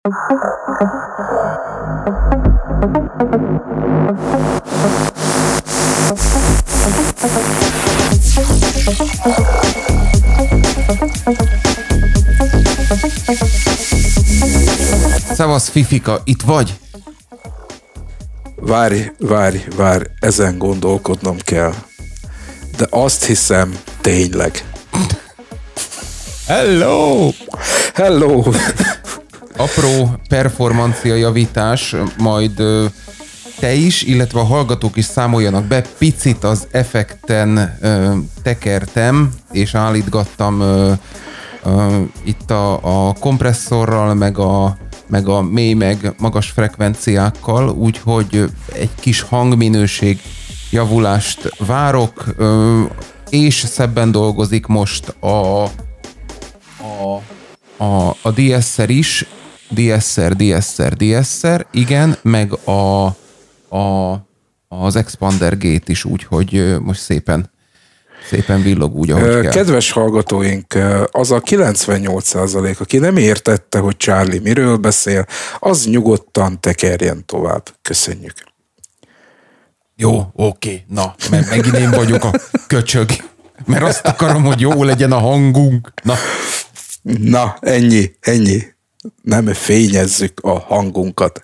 Szevasz, Fifika, itt vagy? Várj, ezen gondolkodnom kell. De azt hiszem, tényleg. Hello! Apró performancia javítás, majd te is, illetve a hallgatók is számoljanak be. Picit az effekten tekertem, és állítgattam itt a kompresszorral, meg a mély, meg magas frekvenciákkal, úgyhogy egy kis hangminőség javulást várok, és szebben dolgozik most a DSR is, DSR, igen, meg az Expander Gate is, úgyhogy most szépen villog úgy, ahogy kell. Kedves hallgatóink, az a 98%, aki nem értette, hogy Charlie miről beszél, az nyugodtan tekerjen tovább. Köszönjük. Jó, oké. Na, mert megint én vagyok a köcsög. Mert azt akarom, hogy jó legyen a hangunk. Na, ennyi. Nem fényezzük a hangunkat.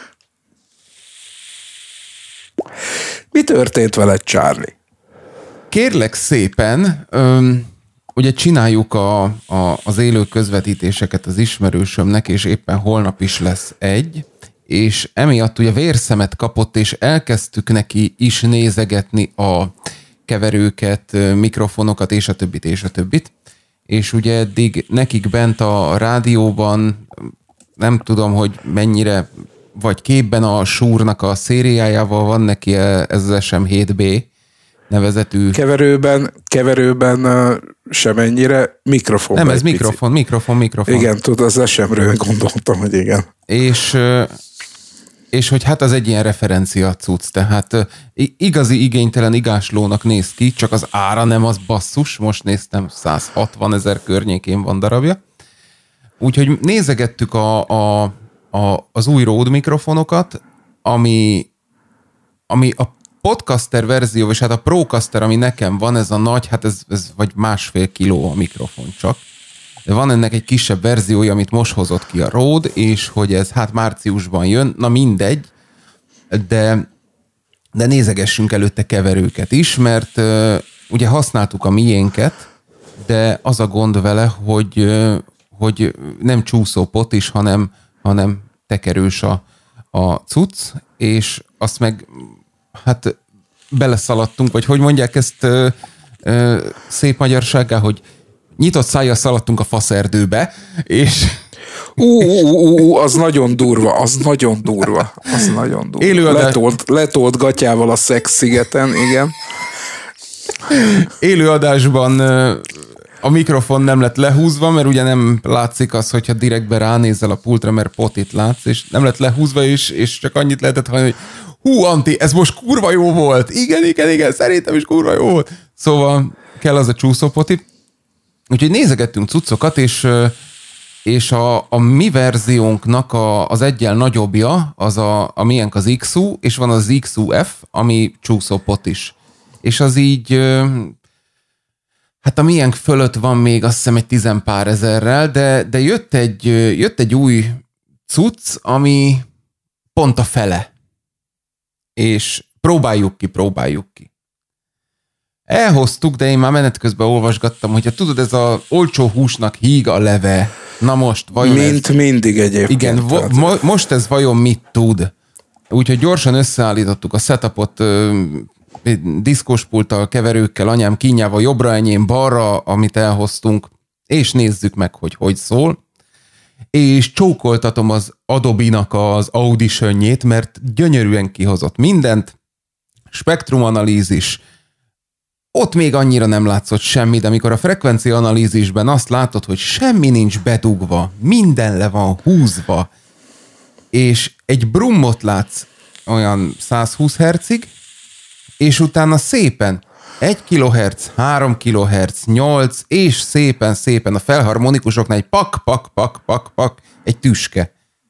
Mi történt veled, Charlie? Kérlek szépen, ugye csináljuk az élő közvetítéseket az ismerősömnek, és éppen holnap is lesz egy, és emiatt ugye vérszemet kapott, és elkezdtük neki is nézegetni a keverőket, mikrofonokat, és a többit. És ugye eddig nekik bent a rádióban, nem tudom, hogy mennyire, vagy képben a Shure-nak a szériájával van neki ez az SM7B nevezetű... Keverőben semennyire mikrofon. Nem, ez mikrofon. Igen, tudod, az SM-ről gondoltam, hogy igen. És hogy hát az egy ilyen referencia cucc, tehát igazi igénytelen igáslónak néz ki, csak az ára nem az basszus, most néztem, 160 000 környékén van darabja. Úgyhogy nézegettük az új Rode mikrofonokat, ami a podcaster verzió, és hát a Procaster, ami nekem van, ez a nagy, hát ez vagy 1,5 kiló a mikrofon csak. De van ennek egy kisebb verziója, amit most hozott ki a Rode, és hogy ez hát márciusban jön, na mindegy, de nézegessünk előtte keverőket is, mert ugye használtuk a miénket, de az a gond vele, hogy nem csúszópot is, hanem tekerős a cucc, és azt meg hát beleszaladtunk, vagy hogy mondják ezt szép magyarsággá, hogy nyitott szájjal szaladtunk a faszerdőbe, és... Az nagyon durva. Letolt gatyával a Szex-szigeten, igen. Élőadásban a mikrofon nem lett lehúzva, mert ugye nem látszik az, hogyha direktbe ránézel a pultra, mert potit látsz, és nem lett lehúzva, és csak annyit lehetett hallani, hogy hú, Antti, ez most kurva jó volt. Igen, szerintem is kurva jó volt. Szóval kell az a csúszópoti. Úgyhogy nézegettünk cuccokat, és a mi verziónknak az eggyel nagyobbja, az a miénk az XU, és van az XU-F, ami csúszópot is. És az így, hát a miénk fölött van még azt hiszem egy 10 pár ezerrel, de jött egy új cucc, ami pont a fele. És próbáljuk ki. Elhoztuk, de én már menet közben olvasgattam, hogyha tudod, ez az olcsó húsnak híg a leve. Na most, vajon mindig egyébként. Igen, most ez vajon mit tud? Úgyhogy gyorsan összeállítottuk a setupot, diszkospulttal, keverőkkel, anyám kínjával, jobbra enyém, balra, amit elhoztunk, és nézzük meg, hogy szól. És csókoltatom az Adobe-nak az Audition-jét, mert gyönyörűen kihozott mindent, spektrumanalízis, ott még annyira nem látszott semmi, de amikor a frekvencia analízisben azt látod, hogy semmi nincs bedugva, minden le van húzva, és egy brummot látsz olyan 120 Hz-ig, és utána szépen 1 kHz, 3 kHz, 8, és szépen a felharmonikusoknál egy pak, egy tüske.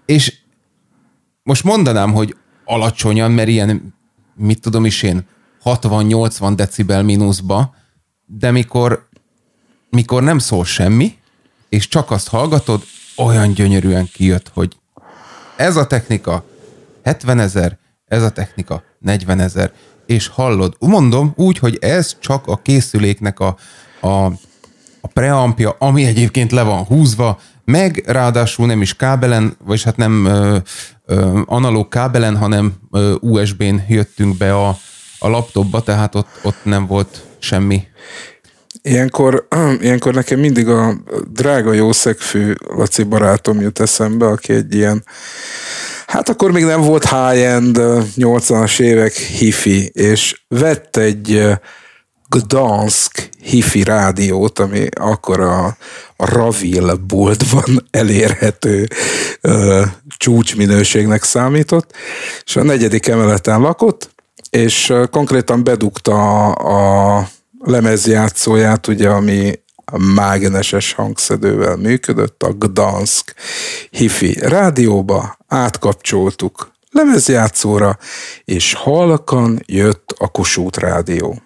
És most mondanám, hogy alacsonyan, mert ilyen, mit tudom is én, 60-80 decibel mínuszba, de mikor nem szól semmi, és csak azt hallgatod, olyan gyönyörűen kijött, hogy ez a technika 70 000, ez a technika 40 000, és hallod, mondom úgy, hogy ez csak a készüléknek a preampja, ami egyébként le van húzva, meg ráadásul nem is kábelen, vagyis hát nem analóg kábelen, hanem USB-n jöttünk be a laptopba, tehát ott nem volt semmi. Ilyenkor nekem mindig a drága jószegfű Laci barátom jut eszembe, aki egy ilyen, hát akkor még nem volt high-end 80-as évek hifi, és vett egy Gdansk hifi rádiót, ami akkor a Ravil boltban elérhető csúcsminőségnek számított, és a 4. emeleten lakott, és konkrétan bedugta a lemezjátszóját, ugye, ami a mágneses hangszedővel működött, a Gdansk hifi rádióba, átkapcsoltuk lemezjátszóra, és halkan jött a Kossuth rádió.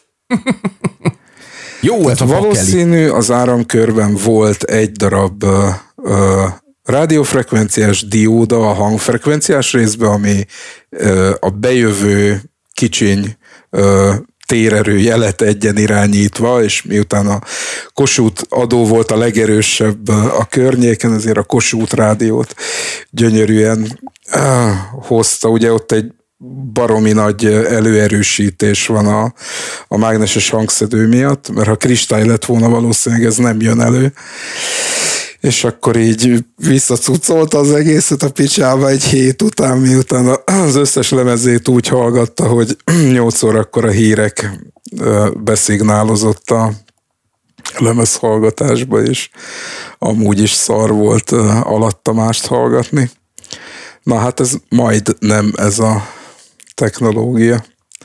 Jó, ez a valószínű, az áramkörben volt egy darab rádiófrekvenciás dióda a hangfrekvenciás részben, ami a bejövő kicsiny térerő jelet egyen irányítva, és miután a Kossuth adó volt a legerősebb a környéken, ezért a Kossuth rádiót gyönyörűen hozta. Ugye ott egy baromi nagy előerősítés van a mágneses hangszedő miatt, mert ha kristály lett volna, valószínűleg ez nem jön elő. És akkor így visszacucolta az egészet a picsába egy hét után, miután az összes lemezét úgy hallgatta, hogy 8 órakor a hírek beszignálozott a lemezhallgatásba, és amúgy is szar volt alatta mást hallgatni. Na hát ez majd nem ez a technológia.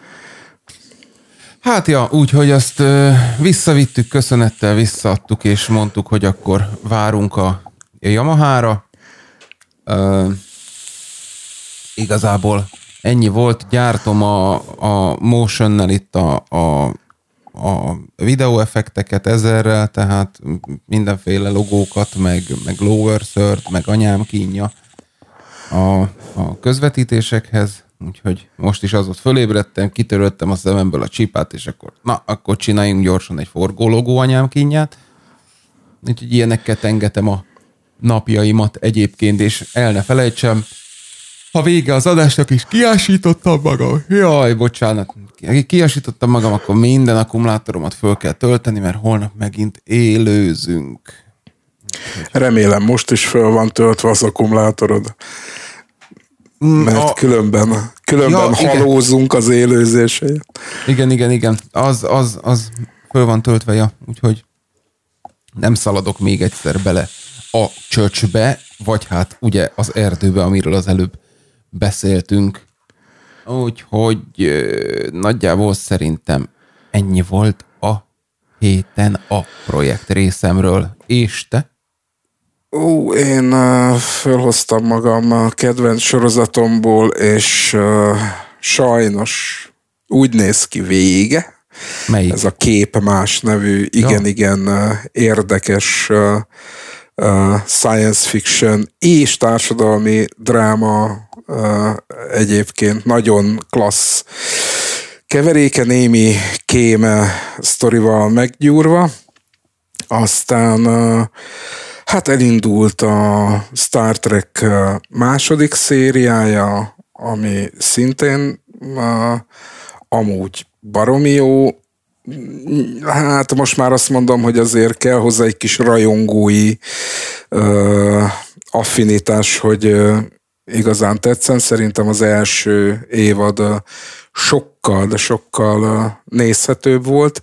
Hát ja, úgyhogy azt visszavittük, köszönettel visszaadtuk, és mondtuk, hogy akkor várunk a Yamaha-ra. Igazából ennyi volt. Gyártom a Motionnel itt a videóeffekteket ezerrel, tehát mindenféle logókat, meg lower third, meg anyám kínja a közvetítésekhez. Úgyhogy most is az ott fölébredtem, kitöröltem a szememből a csipát, és akkor csináljunk gyorsan egy forgólogó anyám kínját. Úgyhogy ilyenekkel tengetem a napjaimat egyébként, és el ne felejtsem, ha vége az adásnak is kiásítottam magam. Jaj, bocsánat. Kiásítottam magam, akkor minden akkumulátoromat föl kell tölteni, mert holnap megint élőzünk. Remélem, most is föl van töltve az akkumulátorod. Mert különben halózunk az élőzésért. Igen. Az föl van töltve, ja. Úgyhogy nem szaladok még egyszer bele a csöcsbe, vagy hát ugye az erdőbe, amiről az előbb beszéltünk. Úgyhogy nagyjából szerintem ennyi volt a héten a projekt részemről. És te? Én felhoztam magam a kedvenc sorozatomból, és sajnos úgy néz ki vége. Melyik? Ez a Kép más nevű, igen érdekes science fiction és társadalmi dráma, egyébként nagyon klassz keveréke, némi kéme sztorival meggyúrva. Aztán hát elindult a Star Trek második szériája, ami szintén amúgy baromi jó. Hát most már azt mondom, hogy azért kell hozzá egy kis rajongói affinitás, hogy igazán tetszen. Szerintem az első évad sokkal, de sokkal nézhetőbb volt.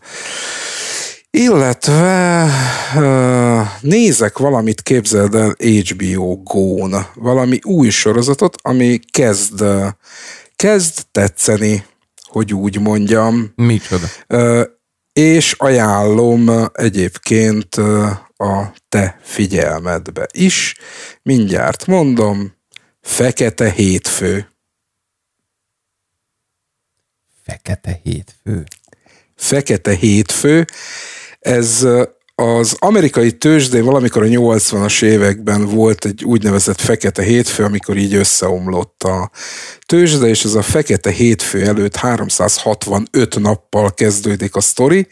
Illetve nézek valamit, képzeld el, HBO Go-n, valami új sorozatot, ami kezd tetszeni, hogy úgy mondjam. Micsoda? És ajánlom egyébként a te figyelmedbe is. Mindjárt mondom, Fekete Hétfő. Fekete Hétfő? Fekete Hétfő, ez az amerikai tőzsdén valamikor a 80-as években volt egy úgynevezett Fekete Hétfő, amikor így összeomlott a tőzsde, és ez a Fekete Hétfő előtt 365 nappal kezdődik a sztori.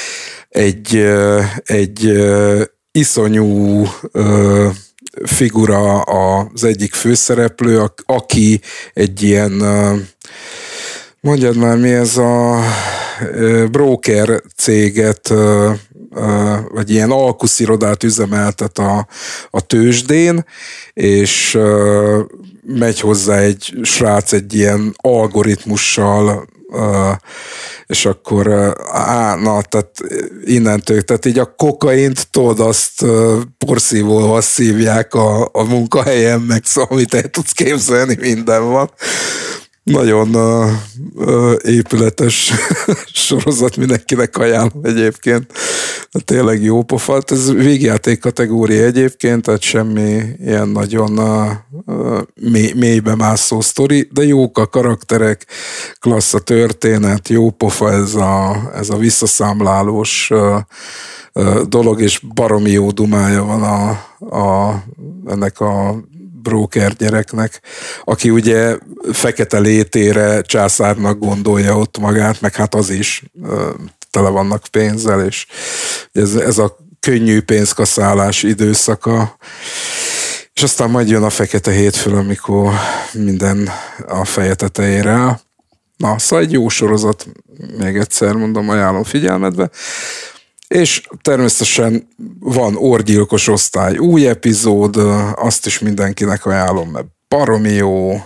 Egy iszonyú figura az egyik főszereplő, aki egy ilyen, mondjad már mi ez a broker céget, vagy ilyen alkuszirodát üzemeltet a tőzsdén, és megy hozzá egy srác egy ilyen algoritmussal, és akkor tehát innentől, tehát így a kokaint, tudod, azt porszívóval szívják a munkahelyen, meg szóval, amit el tudsz képzelni, minden van. Nagyon épületes sorozat, mindenkinek ajánlom egyébként. Tényleg jó pofalt. Ez végjáték kategória egyébként, tehát semmi ilyen nagyon mélybe mászó sztori, de jók a karakterek, klassz a történet, jó pofa ez a visszaszámlálós dolog, és baromi jó dumája van ennek a broker gyereknek, aki ugye fekete létére császárnak gondolja ott magát, meg hát az is tele vannak pénzzel, és ez a könnyű pénzkaszálás időszaka, és aztán majd jön a Fekete Hétfő, amikor minden a feje tetejére áll. Na, szóval egy jó sorozat, még egyszer mondom, ajánlom figyelmedbe. És természetesen van Orgyilkos osztály új epizód, azt is mindenkinek ajánlom, mert baromi jó,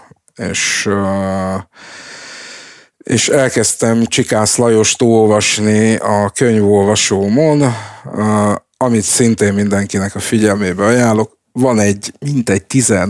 és elkezdtem Csikász Lajost olvasni a könyvolvasómon, amit szintén mindenkinek a figyelmébe ajánlok. Van mintegy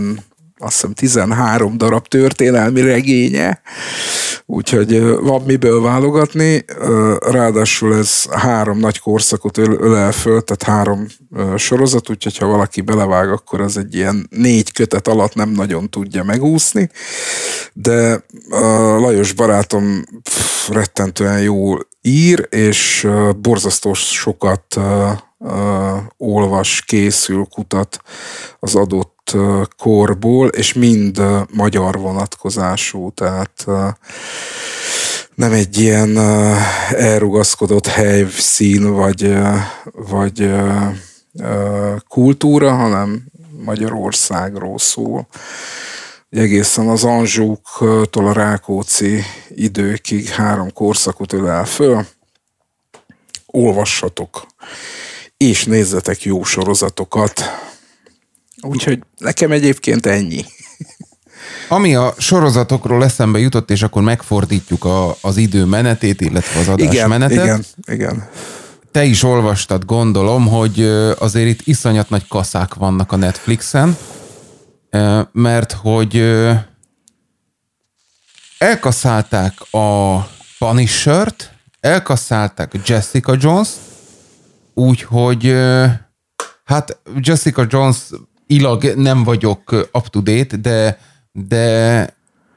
13 darab történelmi regénye, úgyhogy van miből válogatni, ráadásul ez 3 nagy korszakot ölel föl, tehát 3 sorozat, úgyhogy ha valaki belevág, akkor az egy ilyen 4 kötet alatt nem nagyon tudja megúszni, de Lajos barátom rettentően jól ír, és borzasztó sokat olvas, készül, kutat az adott korból, és mind magyar vonatkozású, tehát nem egy ilyen elrugaszkodott helyszín vagy kultúra, hanem Magyarországról szól. Egészen az Anjouk-tól a Rákóczi időkig 3 korszakot ölel föl. Olvassatok, és nézzetek jó sorozatokat. Úgyhogy nekem egyébként ennyi. Ami a sorozatokról eszembe jutott, és akkor megfordítjuk az idő menetét, illetve az adás menetet. Igen. Te is olvastad, gondolom, hogy azért itt iszonyat nagy kaszák vannak a Netflixen, mert hogy elkaszálták a Punishert, elkaszálták a Jessica Jones-t, úgyhogy hát Jessica Jones ilag nem vagyok up-to-date, de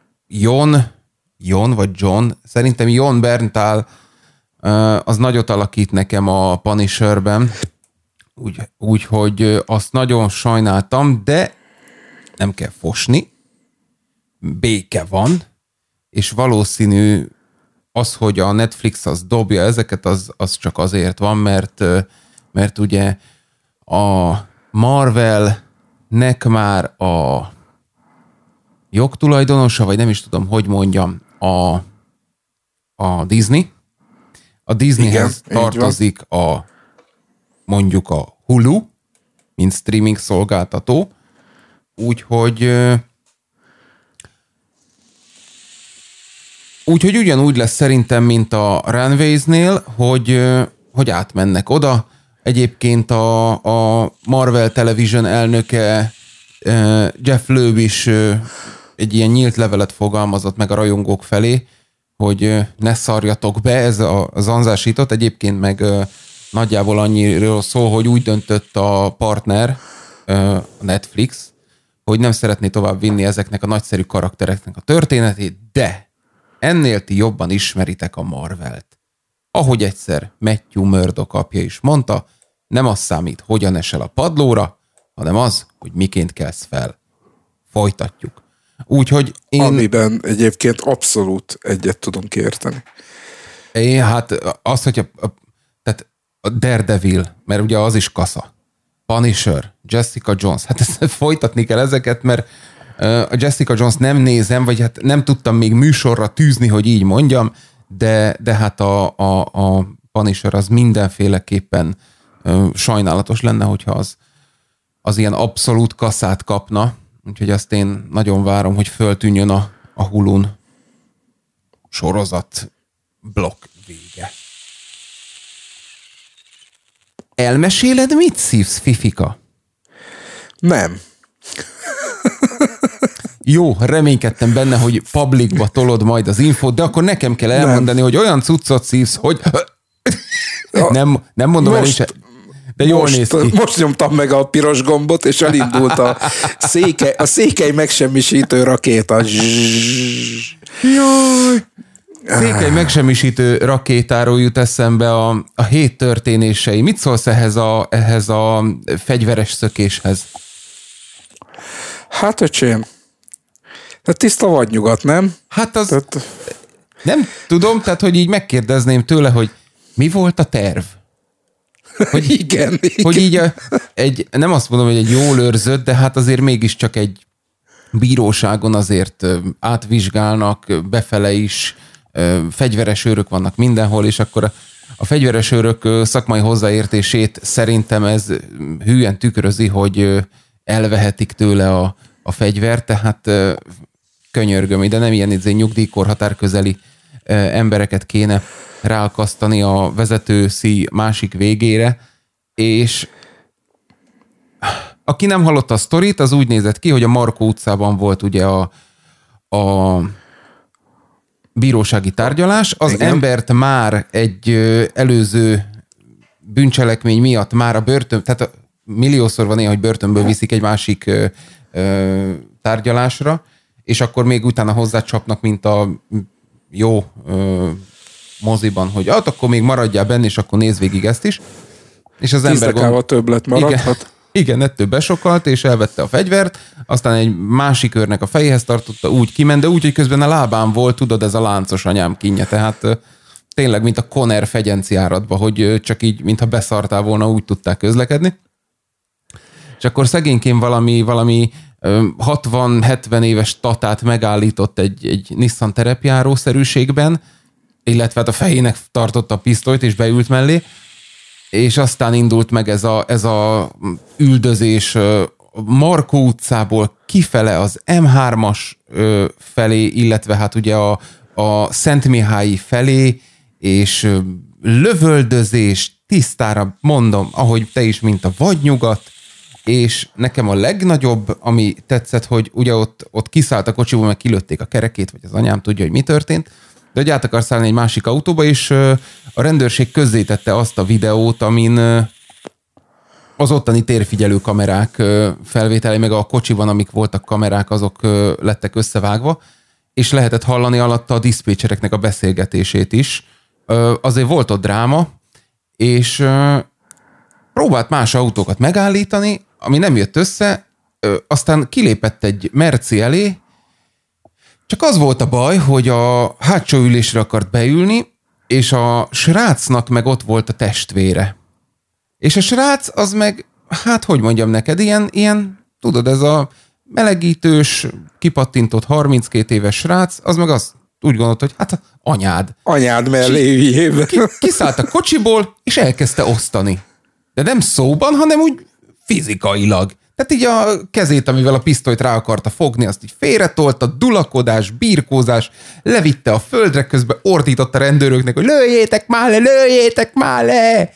Jon vagy John, szerintem Jon Bernthal az nagyot alakít nekem a Punisherben, úgyhogy azt nagyon sajnáltam, de nem kell fosni, béke van, és valószínű az, hogy a Netflix az dobja ezeket, az csak azért van, mert ugye a Marvelnek már a jogtulajdonosa, vagy nem is tudom, hogy mondjam, a Disney. A Disneyhez tartozik mondjuk a Hulu, mint streaming szolgáltató, úgyhogy ugyanúgy lesz szerintem, mint a Runaways-nél, hogy átmennek oda. Egyébként a Marvel Television elnöke Jeff Loeb is egy ilyen nyílt levelet fogalmazott meg a rajongók felé, hogy ne szarjatok be, ez az anzásított. Egyébként meg nagyjából annyiról szól, hogy úgy döntött a partner, a Netflix, hogy nem szeretné tovább vinni ezeknek a nagyszerű karaktereknek a történetét, de ennél ti jobban ismeritek a Marvelt. Ahogy egyszer Matthew Murdock apja is mondta, nem az számít, hogyan esel a padlóra, hanem az, hogy miként kelsz fel. Folytatjuk. Úgyhogy én... Amiben egyébként abszolút egyet tudunk érteni. Hát az, hogy tehát a Daredevil, mert ugye az is kasza. Punisher, Jessica Jones, hát ezt folytatni kell ezeket, mert a Jessica Jones nem nézem, vagy hát nem tudtam még műsorra tűzni, hogy így mondjam, de hát a Punisher az mindenféleképpen sajnálatos lenne, hogyha az ilyen abszolút kasszát kapna, úgyhogy azt én nagyon várom, hogy föltűnjön a Hulun sorozat blokk vége. Elmeséled, mit szívsz, Fifika? Nem. Jó, reménykedtem benne, hogy publicba tolod majd az infót, de akkor nekem kell elmondani, hogy olyan cuccot szívsz, hogy nem mondom el is, de jól néz ki. Most nyomtam meg a piros gombot, és elindult a székely megsemmisítő rakéta. Jaj! Székely megsemmisítő rakétáról jut eszembe a hét történései. Mit szólsz ehhez a fegyveres szökéshez? Hát, öcsém, tiszta vadnyugat, nem? Hát az... Nem tudom, tehát, hogy így megkérdezném tőle, hogy mi volt a terv? Hogy, igen. Hogy így nem azt mondom, hogy egy jól őrzött, de hát azért mégiscsak egy bíróságon azért átvizsgálnak befele is, fegyveres őrök vannak mindenhol, és akkor a fegyveres őrök szakmai hozzáértését szerintem ez hülyen tükrözi, hogy elvehetik tőle a fegyvert, tehát könyörgöm, ide nem ilyen nyugdíjkorhatár közeli embereket kéne ráakasztani a vezetőszíj másik végére, és aki nem hallotta a sztorit, az úgy nézett ki, hogy a Markó utcában volt ugye a bírósági tárgyalás. Az igen. Embert már egy előző bűncselekmény miatt már a börtön, tehát milliószor van ilyen, hogy börtönből viszik egy másik tárgyalásra, és akkor még utána hozzácsapnak, mint a jó moziban, hogy akkor még maradjál benne, és akkor nézd végig ezt is. És az ember többlet maradhat. Igen, ettől besokalt, és elvette a fegyvert, aztán egy másik őrnek a fejéhez tartotta, úgy kiment, de úgy, hogy közben a lábán volt, tudod, ez a láncos anyám kínje, tehát tényleg, mint a Conner fegyenciáratba, hogy csak így, mintha beszartál volna, úgy tudták közlekedni. És akkor szegényként valami 60-70 éves tatát megállított egy Nissan terepjárószerűségben, illetve hát a fejének tartotta a pisztolyt, és beült mellé, és aztán indult meg ez a üldözés Markó utcából kifele az M3-as felé, illetve hát ugye a Szentmihályi felé, és lövöldözés, tisztára mondom, ahogy te is, mint a vadnyugat, és nekem a legnagyobb, ami tetszett, hogy ugye ott kiszállt a kocsiból, meg kilőtték a kerekét, vagy az anyám tudja, hogy mi történt, de hogy át akar szállni egy másik autóba, és a rendőrség közzétette azt a videót, amin az ottani térfigyelő kamerák felvételei, meg a kocsiban, amik voltak kamerák, azok lettek összevágva, és lehetett hallani alatta a diszpécsereknek a beszélgetését is. Azért volt ott dráma, és próbált más autókat megállítani, ami nem jött össze, aztán kilépett egy Merci elé, csak az volt a baj, hogy a hátsó ülésre akart beülni, és a srácnak meg ott volt a testvére. És a srác az meg, hát hogy mondjam neked, ilyen tudod, ez a melegítős, kipattintott 32 éves srác, az meg azt úgy gondolt, hogy hát anyád. Anyád mellé üljébe. Kiszállt a kocsiból, és elkezdte osztani. De nem szóban, hanem úgy fizikailag. Tehát így a kezét, amivel a pisztolyt rá akarta fogni, azt így félretolta, dulakodás, birkózás, levitte a földre, közben ordított a rendőröknek, hogy lőjétek már le!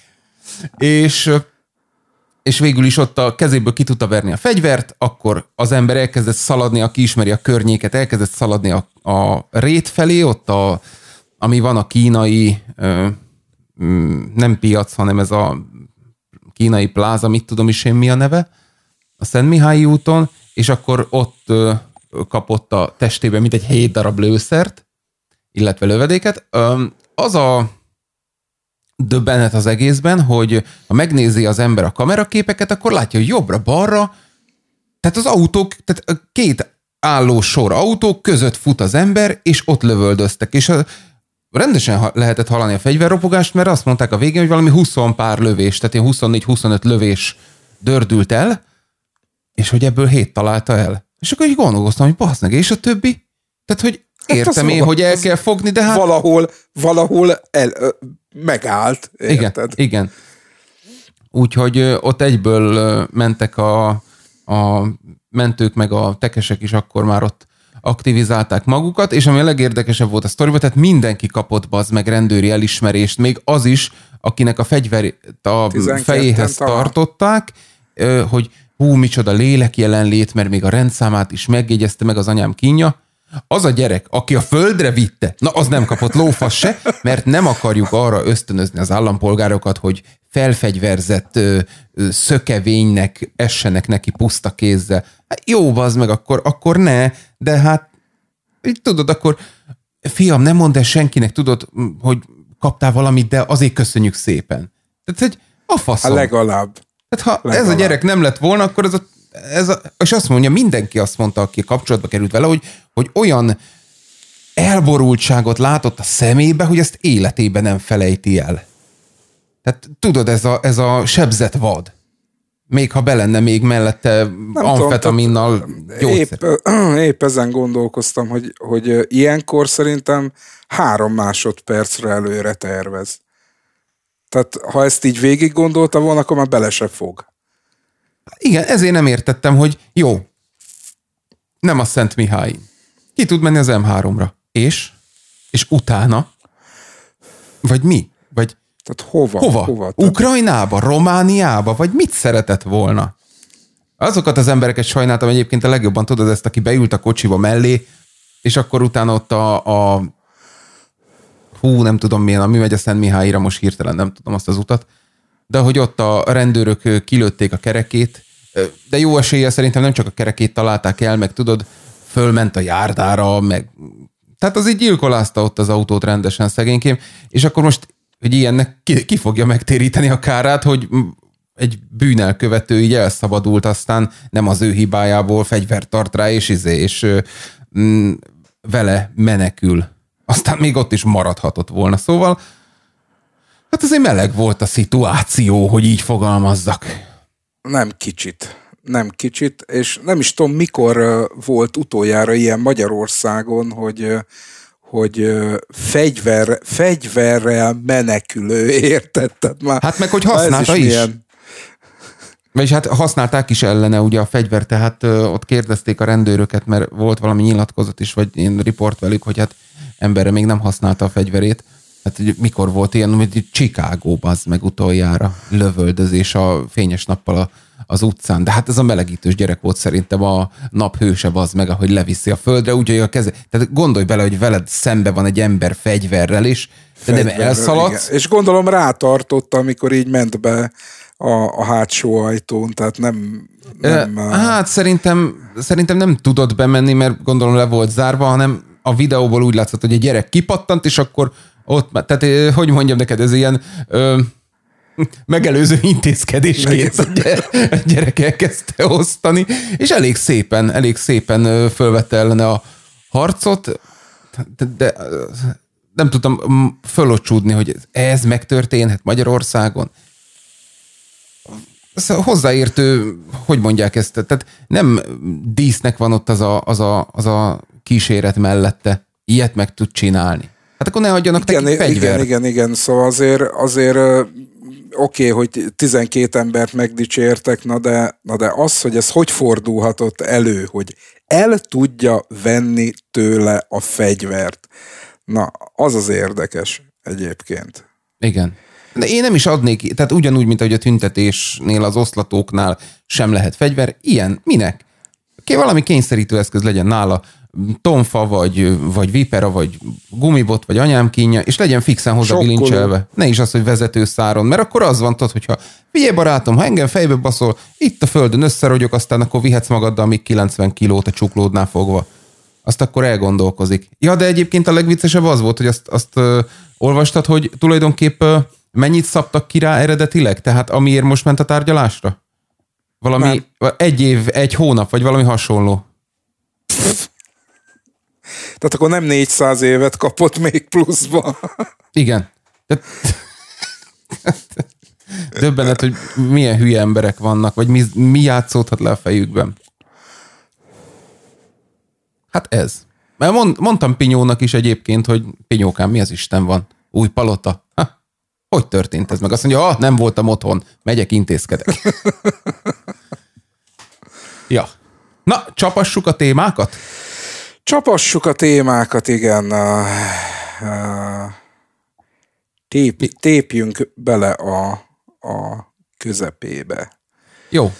És végül is ott a kezéből ki tudta verni a fegyvert, akkor az ember elkezdett szaladni, aki ismeri a környéket, elkezdett szaladni a rét felé, ott ami van a kínai nem piac, hanem ez a kínai pláza, mit tudom is én mi a neve, a Szentmihályi úton, és akkor ott kapott a testében mintegy 7 darab lőszert, illetve lövedéket. Az a döbbenet az egészben, hogy ha megnézi az ember a kameraképeket, akkor látja, hogy jobbra-balra, tehát az autók, tehát 2 álló sor autók között fut az ember, és ott lövöldöztek, és rendesen lehetett hallani a fegyverropogást, mert azt mondták a végén, hogy valami 20 pár lövés, tehát ilyen 24-25 lövés dördült el, és hogy ebből 7 találta el. És akkor így gondolkoztam, hogy bassz meg, és a többi? Tehát, hogy értem én, hogy el kell fogni, de hát... Valahol megállt, érted? Igen. Úgyhogy ott egyből mentek a mentők, meg a tekesek is akkor már ott aktivizálták magukat, és ami a legérdekesebb volt a sztoriban, tehát mindenki kapott bazd meg rendőri elismerést, még az is, akinek a fegyver a fejéhez tartották, hogy micsoda lélek jelenlét, mert még a rendszámát is megjegyezte, meg az anyám kínja. Az a gyerek, aki a földre vitte, na az nem kapott lófasz se, mert nem akarjuk arra ösztönözni az állampolgárokat, hogy felfegyverzett szökevénynek essenek neki puszta kézzel. Hát jó, bazd meg, akkor ne, de hát tudod, akkor fiam, nem mondd el senkinek, tudod, hogy kaptál valamit, de azért köszönjük szépen. Tehát, hogy a faszom. Hát legalább. Tehát ha ez a gyerek nem lett volna, akkor és azt mondja, mindenki azt mondta, aki kapcsolatba került vele, hogy olyan elborultságot látott a szemébe, hogy ezt életében nem felejti el. Tehát tudod, ez a sebzett vad. Még ha belenne még mellette amfetaminnal gyógyszer. Épp ezen gondolkoztam, hogy ilyenkor szerintem 3 másodpercre előre tervez. Tehát ha ezt így végig gondolta volna, akkor már bele se fog. Igen, ezért nem értettem, hogy jó, nem a Szentmihályin. Ki tud menni az M3-ra? És utána? Vagy mi? Vagy tehát hova? Ukrajnába? Romániába? Vagy mit szeretett volna? Azokat az embereket sajnáltam egyébként a legjobban, tudod, ezt, aki beült a kocsiba mellé, és akkor utána ott nem tudom milyen, ami megy a Szentmihályra, most hirtelen nem tudom azt az utat, de hogy ott a rendőrök kilőtték a kerekét, de jó eséllyel szerintem nem csak a kerekét találták el, meg tudod, fölment a járdára, meg... Tehát az így gyilkolázta ott az autót rendesen szegénykém, és akkor most, hogy ilyennek ki fogja megtéríteni a kárát, hogy egy bűnelkövető így elszabadult, aztán nem az ő hibájából fegyvert tart rá, és vele menekül. Aztán még ott is maradhatott volna. Szóval hát azért meleg volt a szituáció, hogy így fogalmazzak. Nem kicsit, és nem is tudom, mikor volt utoljára ilyen Magyarországon, hogy fegyverrel menekülő, érted? Már, hát meg, hogy használta is. Vagyis hát használták is ellene ugye a fegyvert, tehát ott kérdezték a rendőröket, mert volt valami nyilatkozat is, vagy én riport velük, hogy hát emberre még nem használta a fegyverét. Hát mikor volt ilyen, hogy Chicagóban az meg utoljára lövöldözés a fényes nappal az utcán. De hát ez a melegítős gyerek volt szerintem a naphőse, az meg, ahogy leviszi a földre, úgyhogy a keze... Tehát gondolj bele, hogy veled szembe van egy ember fegyverrel is, de nem elszaladsz. Igen. És gondolom rátartotta, amikor így ment be a hátsó ajtón, tehát nem hát szerintem nem tudott bemenni, mert gondolom le volt zárva, hanem a videóból úgy látszott, hogy egy gyerek kipattant, és akkor ott, tehát hogy mondjam neked, ez ilyen megelőző intézkedésként a gyerek elkezdte osztani, és elég szépen fölvette ellene a harcot, de nem tudtam fölocsúdni, hogy ez megtörténhet Magyarországon. Hozzáértő, hogy mondják ezt, tehát nem dísznek van ott az a kíséret mellette, ilyet meg tud csinálni. Hát akkor ne adjanak neki fegyvert. Igen, szóval azért oké, hogy 12 embert megdicsértek, na de az, hogy ez hogy fordulhatott elő, hogy el tudja venni tőle a fegyvert. Na, az érdekes egyébként. Igen. De én nem is adnék, tehát ugyanúgy, mint ahogy a tüntetésnél, az oszlatóknál sem lehet fegyver. Ilyen, minek? valami kényszerítő eszköz legyen nála, tonfa, vagy vipera, vagy gumibot, vagy anyámkínja, és legyen fixen hozzá bilincselve. Ne is az, hogy vezetőszáron, mert akkor az van, tudod, hogyha figyelj barátom, ha engem fejbe baszol, itt a földön összerogyok, aztán akkor vihetsz magaddal még 90 kilót a csuklódnál fogva. Azt akkor elgondolkozik. Ja, de egyébként a legviccesebb az volt, hogy azt olvastad, hogy tulajdonképp mennyit szabtak ki rá eredetileg? Tehát amiért most ment a tárgyalásra? Valami egy év, egy hónap, vagy valami hasonló. Tehát akkor nem 400 évet kapott még pluszba. Igen. Döbbenet, hogy milyen hülye emberek vannak, vagy mi játszódhat le a fejükben. Hát ez. Mert mondtam Pinyónak is egyébként, hogy Pinyókám, mi az Isten van? Új palota. Hogy történt ez meg? Azt mondja, nem voltam otthon, megyek, intézkedek. Ja. Na, csapassuk a témákat? Csapassuk a témákat, igen. Tépjünk bele a közepébe. Jó.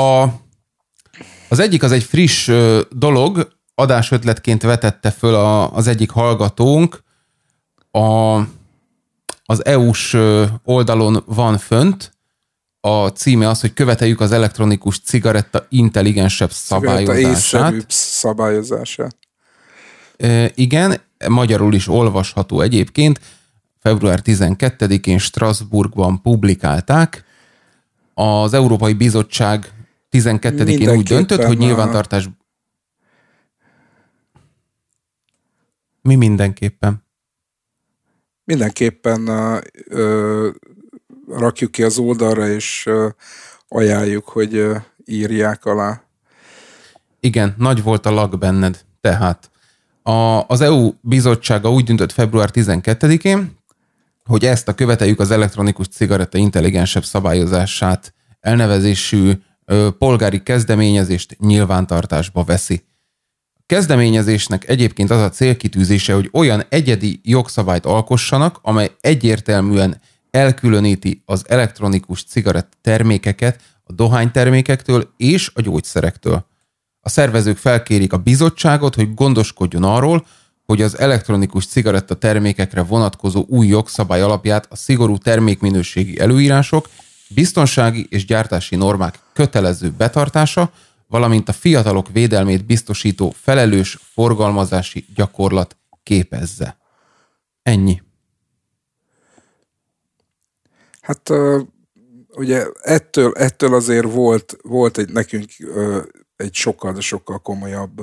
Az egyik az egy friss dolog, adásötletként vetette föl az egyik hallgatónk, az EU-s oldalon van fönt, a címe az, hogy követeljük az elektronikus cigaretta intelligensebb szabályozását. Szabályozását. Igen, magyarul is olvasható egyébként. Február 12-én Strasbourgban publikálták. Az Európai Bizottság 12-én úgy döntött, hogy nyilvántartás... Mi mindenképpen? Mindenképpen rakjuk ki az oldalra, és ajánljuk, hogy írják alá. Igen, nagy volt a lag benned. Tehát az EU bizottsága úgy döntött február 12-én, hogy ezt a követeljük az elektronikus cigaretta intelligensebb szabályozását elnevezésű polgári kezdeményezést nyilvántartásba veszi. A kezdeményezésnek egyébként az a célkitűzése, hogy olyan egyedi jogszabályt alkossanak, amely egyértelműen elkülöníti az elektronikus cigaretta termékeket a dohánytermékektől és a gyógyszerektől. A szervezők felkérik a bizottságot, hogy gondoskodjon arról, hogy az elektronikus cigaretta termékekre vonatkozó új jogszabály alapját a szigorú termékminőségi előírások, biztonsági és gyártási normák kötelező betartása, valamint a fiatalok védelmét biztosító felelős forgalmazási gyakorlat képezze. Ennyi. Hát ugye ettől azért volt nekünk egy sokkal komolyabb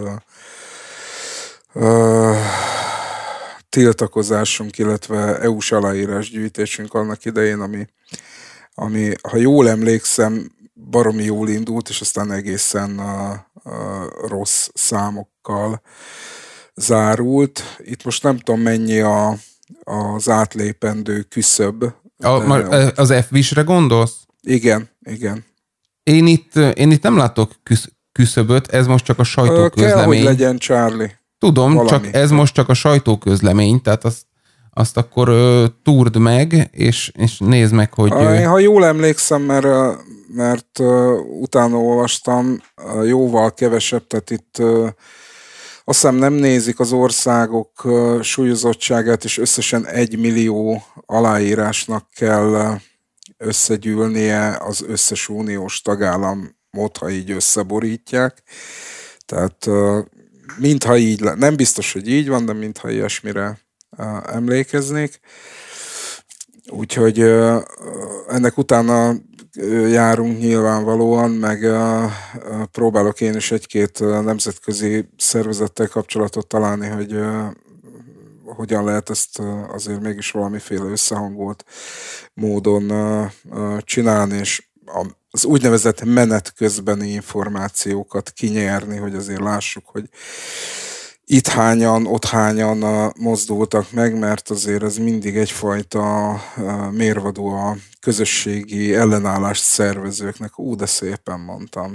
tiltakozásunk, illetve EU-s aláírásgyűjtésünk annak idején, ami, ha jól emlékszem, baromi jól indult, és aztán egészen rossz számokkal zárult. Itt most nem tudom, mennyi az átlépendő küszöb. Az F-visre gondolsz? Igen. Én itt nem látok küszöböt, ez most csak a sajtóközlemény. Kell, hogy legyen, Charlie. Tudom, valami. Csak ez most csak a sajtóközlemény, tehát azt akkor túrd meg, és nézd meg, hogy... Ha jól emlékszem, mert utána olvastam, jóval kevesebb, tehát itt azt hiszem nem nézik az országok súlyozottságát, és összesen 1 millió aláírásnak kell összegyűlnie az összes uniós tagállamot, ha így összeborítják. Tehát mintha így, nem biztos, hogy így van, de mintha ilyesmire emlékeznék. Úgyhogy ennek utána járunk nyilvánvalóan, meg próbálok én is egy-két nemzetközi szervezettel kapcsolatot találni, hogy hogyan lehet ezt azért mégis valamiféle összehangolt módon csinálni, és az úgynevezett menet közbeni információkat kinyerni, hogy azért lássuk, hogy itt hányan, ott hányan mozdultak meg, mert azért ez mindig egyfajta mérvadó a közösségi ellenállást szervezőknek. De szépen mondtam.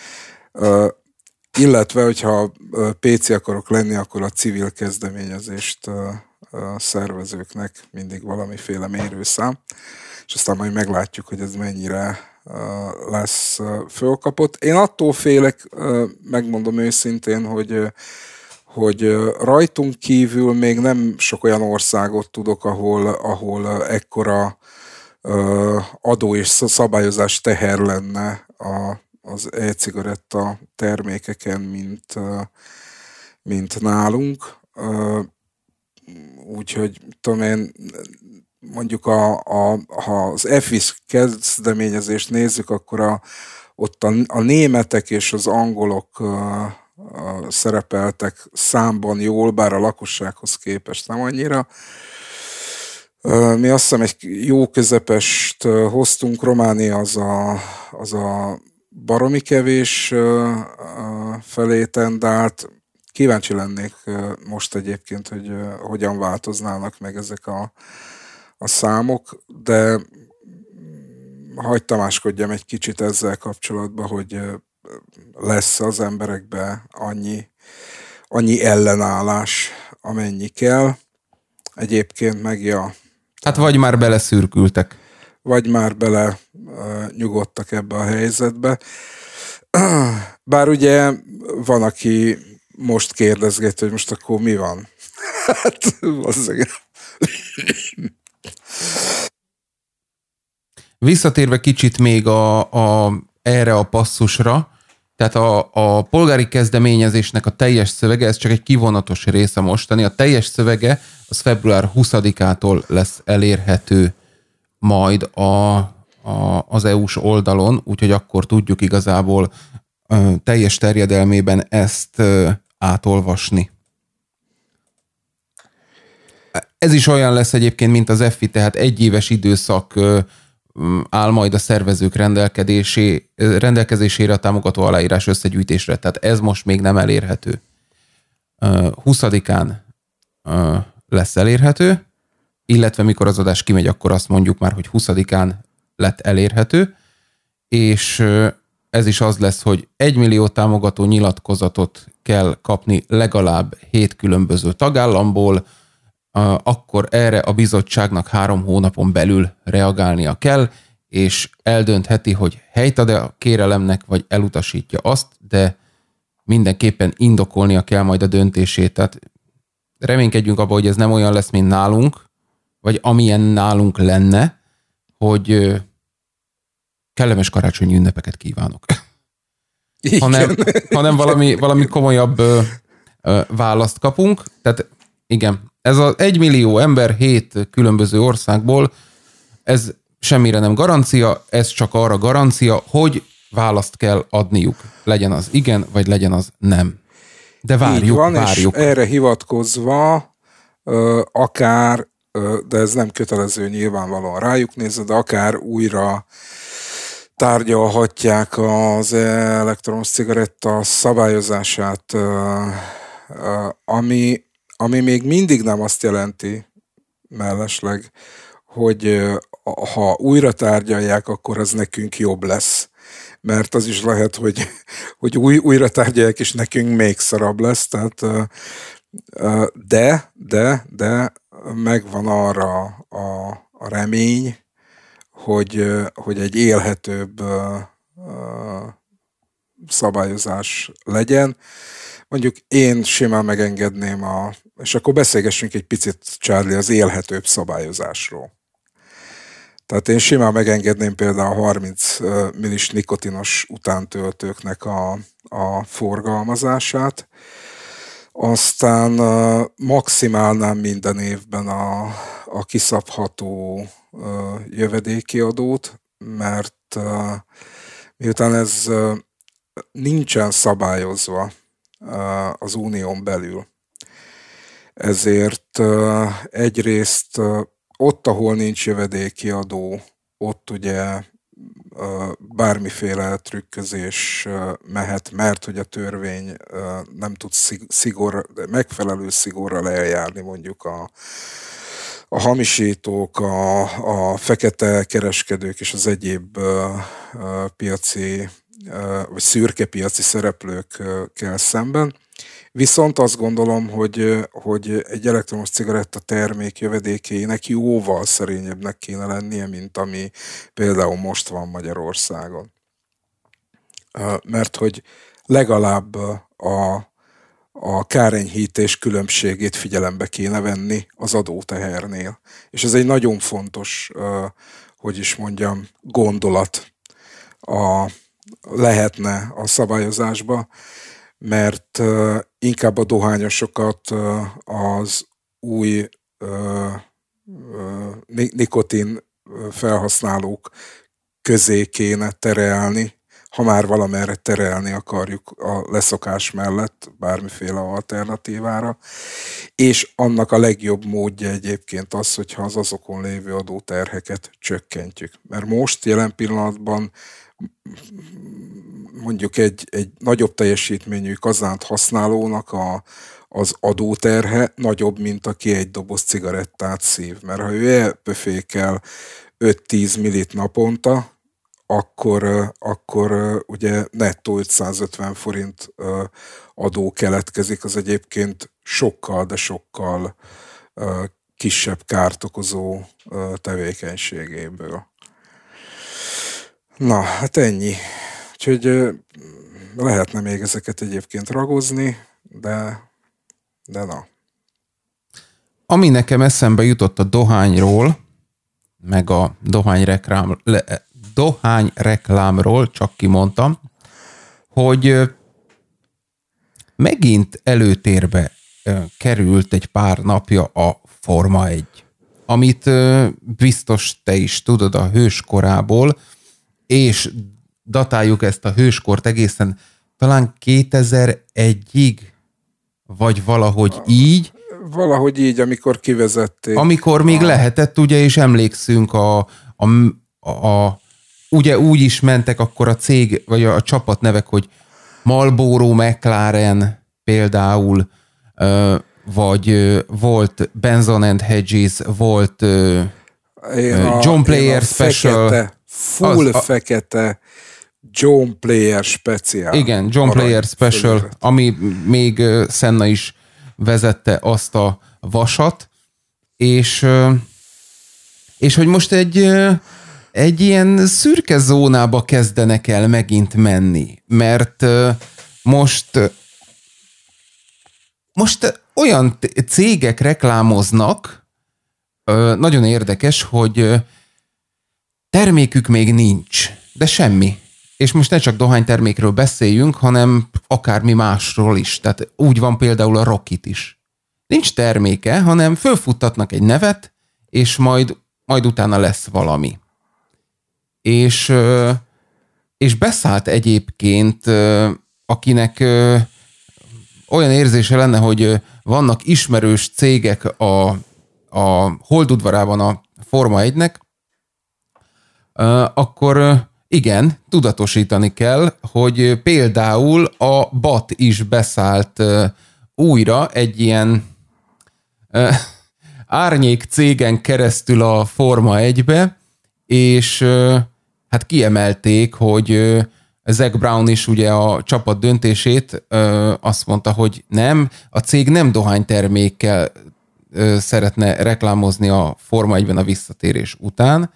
Illetve, hogyha PC akarok lenni, akkor a civil kezdeményezést szervezőknek mindig valamiféle mérőszám. és aztán majd meglátjuk, hogy ez mennyire lesz fölkapott. Én attól félek, megmondom őszintén, hogy rajtunk kívül még nem sok olyan országot tudok, ahol ekkora adó és szabályozás teher lenne az e-cigaretta termékeken, mint nálunk. Úgyhogy tudom én, mondjuk ha az EFIS kezdeményezést nézzük, akkor ott a németek és az angolok szerepeltek számban jól, bár a lakossághoz képest nem annyira. Mi azt hiszem egy jó közepest hoztunk, Románia az a baromi kevés felé tendált. Kíváncsi lennék most egyébként, hogy hogyan változnának meg ezek a számok, de hagy tamáskodjam egy kicsit ezzel kapcsolatban, hogy lesz az emberekben annyi ellenállás, amennyi kell. Egyébként Hát vagy már beleszürkültek. Vagy már bele nyugodtak ebbe a helyzetbe. Bár ugye van, aki most kérdezget, hogy most akkor mi van? Hát, Visszatérve kicsit még erre a passzusra, tehát a polgári kezdeményezésnek a teljes szövege, ez csak egy kivonatos része mostani, a teljes szövege az február 20-ától lesz elérhető majd az EU-s oldalon, úgyhogy akkor tudjuk igazából teljes terjedelmében ezt átolvasni. Ez is olyan lesz egyébként, mint az EFI, tehát egyéves időszak áll majd a szervezők rendelkezésére a támogató aláírás összegyűjtésre, tehát ez most még nem elérhető. 20-án lesz elérhető, illetve mikor az adás kimegy, akkor azt mondjuk már, hogy 20-án lett elérhető, és ez is az lesz, hogy 1 millió támogató nyilatkozatot kell kapni legalább 7 különböző tagállamból, akkor erre a bizottságnak 3 hónapon belül reagálnia kell, és eldöntheti, hogy helyt ad-e a kérelemnek, vagy elutasítja azt, de mindenképpen indokolnia kell majd a döntését. Tehát reménykedjünk abba, hogy ez nem olyan lesz, mint nálunk, vagy amilyen nálunk lenne, hogy kellemes karácsonyi ünnepeket kívánok. hanem valami komolyabb választ kapunk. Tehát igen, ez az 1 millió ember 7 különböző országból, ez semmire nem garancia, ez csak arra garancia, hogy választ kell adniuk. Legyen az igen, vagy legyen az nem. De várjuk, van, várjuk. És erre hivatkozva akár, de ez nem kötelező nyilvánvalóan rájuk nézve, de akár újra tárgyalhatják az elektromos cigaretta szabályozását, ami még mindig nem azt jelenti mellesleg, hogy ha újra tárgyalják, akkor az nekünk jobb lesz. Mert az is lehet, hogy újra tárgyalják, és nekünk még szarabb lesz. Tehát, de megvan arra a remény, hogy egy élhetőbb szabályozás legyen. Mondjuk én simán megengedném és akkor beszélgessünk egy picit, Charlie, az élhetőbb szabályozásról. Tehát én simán megengedném például a 30 millis nikotinos utántöltőknek a forgalmazását. Aztán maximálnám minden évben a kiszabható jövedéki adót, mert miután ez nincsen szabályozva az unión belül, ezért egyrészt ott, ahol nincs jövedéki adó, ott ugye bármiféle trükközés mehet, mert hogy a törvény nem tud megfelelő szigorral eljárni mondjuk a hamisítók, a fekete kereskedők és az egyéb piaci vagy szürke piaci szereplőkkel szemben. Viszont azt gondolom, hogy egy elektromos cigaretta termék jövedékének jóval szerényebbnek kéne lennie, mint ami például most van Magyarországon. Mert hogy legalább a kárenyhítés különbségét figyelembe kéne venni az adótehernél. És ez egy nagyon fontos, gondolat lehetne a szabályozásba, mert inkább a dohányosokat az új nikotin felhasználók közé kéne terelni, ha már valamerre terelni akarjuk a leszokás mellett bármiféle alternatívára, és annak a legjobb módja egyébként az, hogyha az azokon lévő adóterheket csökkentjük. Mert most jelen pillanatban mondjuk egy nagyobb teljesítményű kazánt használónak az adóterhe nagyobb, mint aki egy doboz cigarettát szív. Mert ha ő elpöfékel 5-10 millit naponta, akkor ugye nettó 550 forint adó keletkezik, az egyébként sokkal, de sokkal kisebb kárt okozó tevékenységéből. Na, hát ennyi. Úgyhogy lehetne még ezeket egyébként ragozni, de na. Ami nekem eszembe jutott a dohányról, meg a dohányreklámról, csak kimondtam, hogy megint előtérbe került egy pár napja a Forma 1, amit biztos te is tudod a hőskorából, és datáljuk ezt a hőskort egészen talán 2001-ig, vagy valahogy így. Valahogy így, amikor kivezették. Amikor még lehetett, ugye, és emlékszünk ugye úgy is mentek akkor a cég, vagy a csapatnevek, hogy Marlboro McLaren például, vagy volt Benson and Hedges, volt John Player Special. Fekete John Player Special. Igen, John Player Special, ami még Senna is vezette azt a vasat, és hogy most egy ilyen szürke zónába kezdenek el megint menni, mert most olyan cégek reklámoznak, nagyon érdekes, hogy termékük még nincs, de semmi. És most ne csak dohánytermékről beszéljünk, hanem akármi másról is. Tehát úgy van például a Rockit is. Nincs terméke, hanem fölfuttatnak egy nevet, és majd utána lesz valami. És beszállt egyébként, akinek olyan érzése lenne, hogy vannak ismerős cégek a holdudvarában a Forma 1-nek, akkor igen, tudatosítani kell, hogy például a BAT is beszállt újra egy ilyen árnyék cégen keresztül a Forma 1-be, és hát kiemelték, hogy Zac Brown is ugye a csapat döntését azt mondta, hogy nem, a cég nem dohánytermékkel szeretne reklámozni a Forma 1-ben a visszatérés után.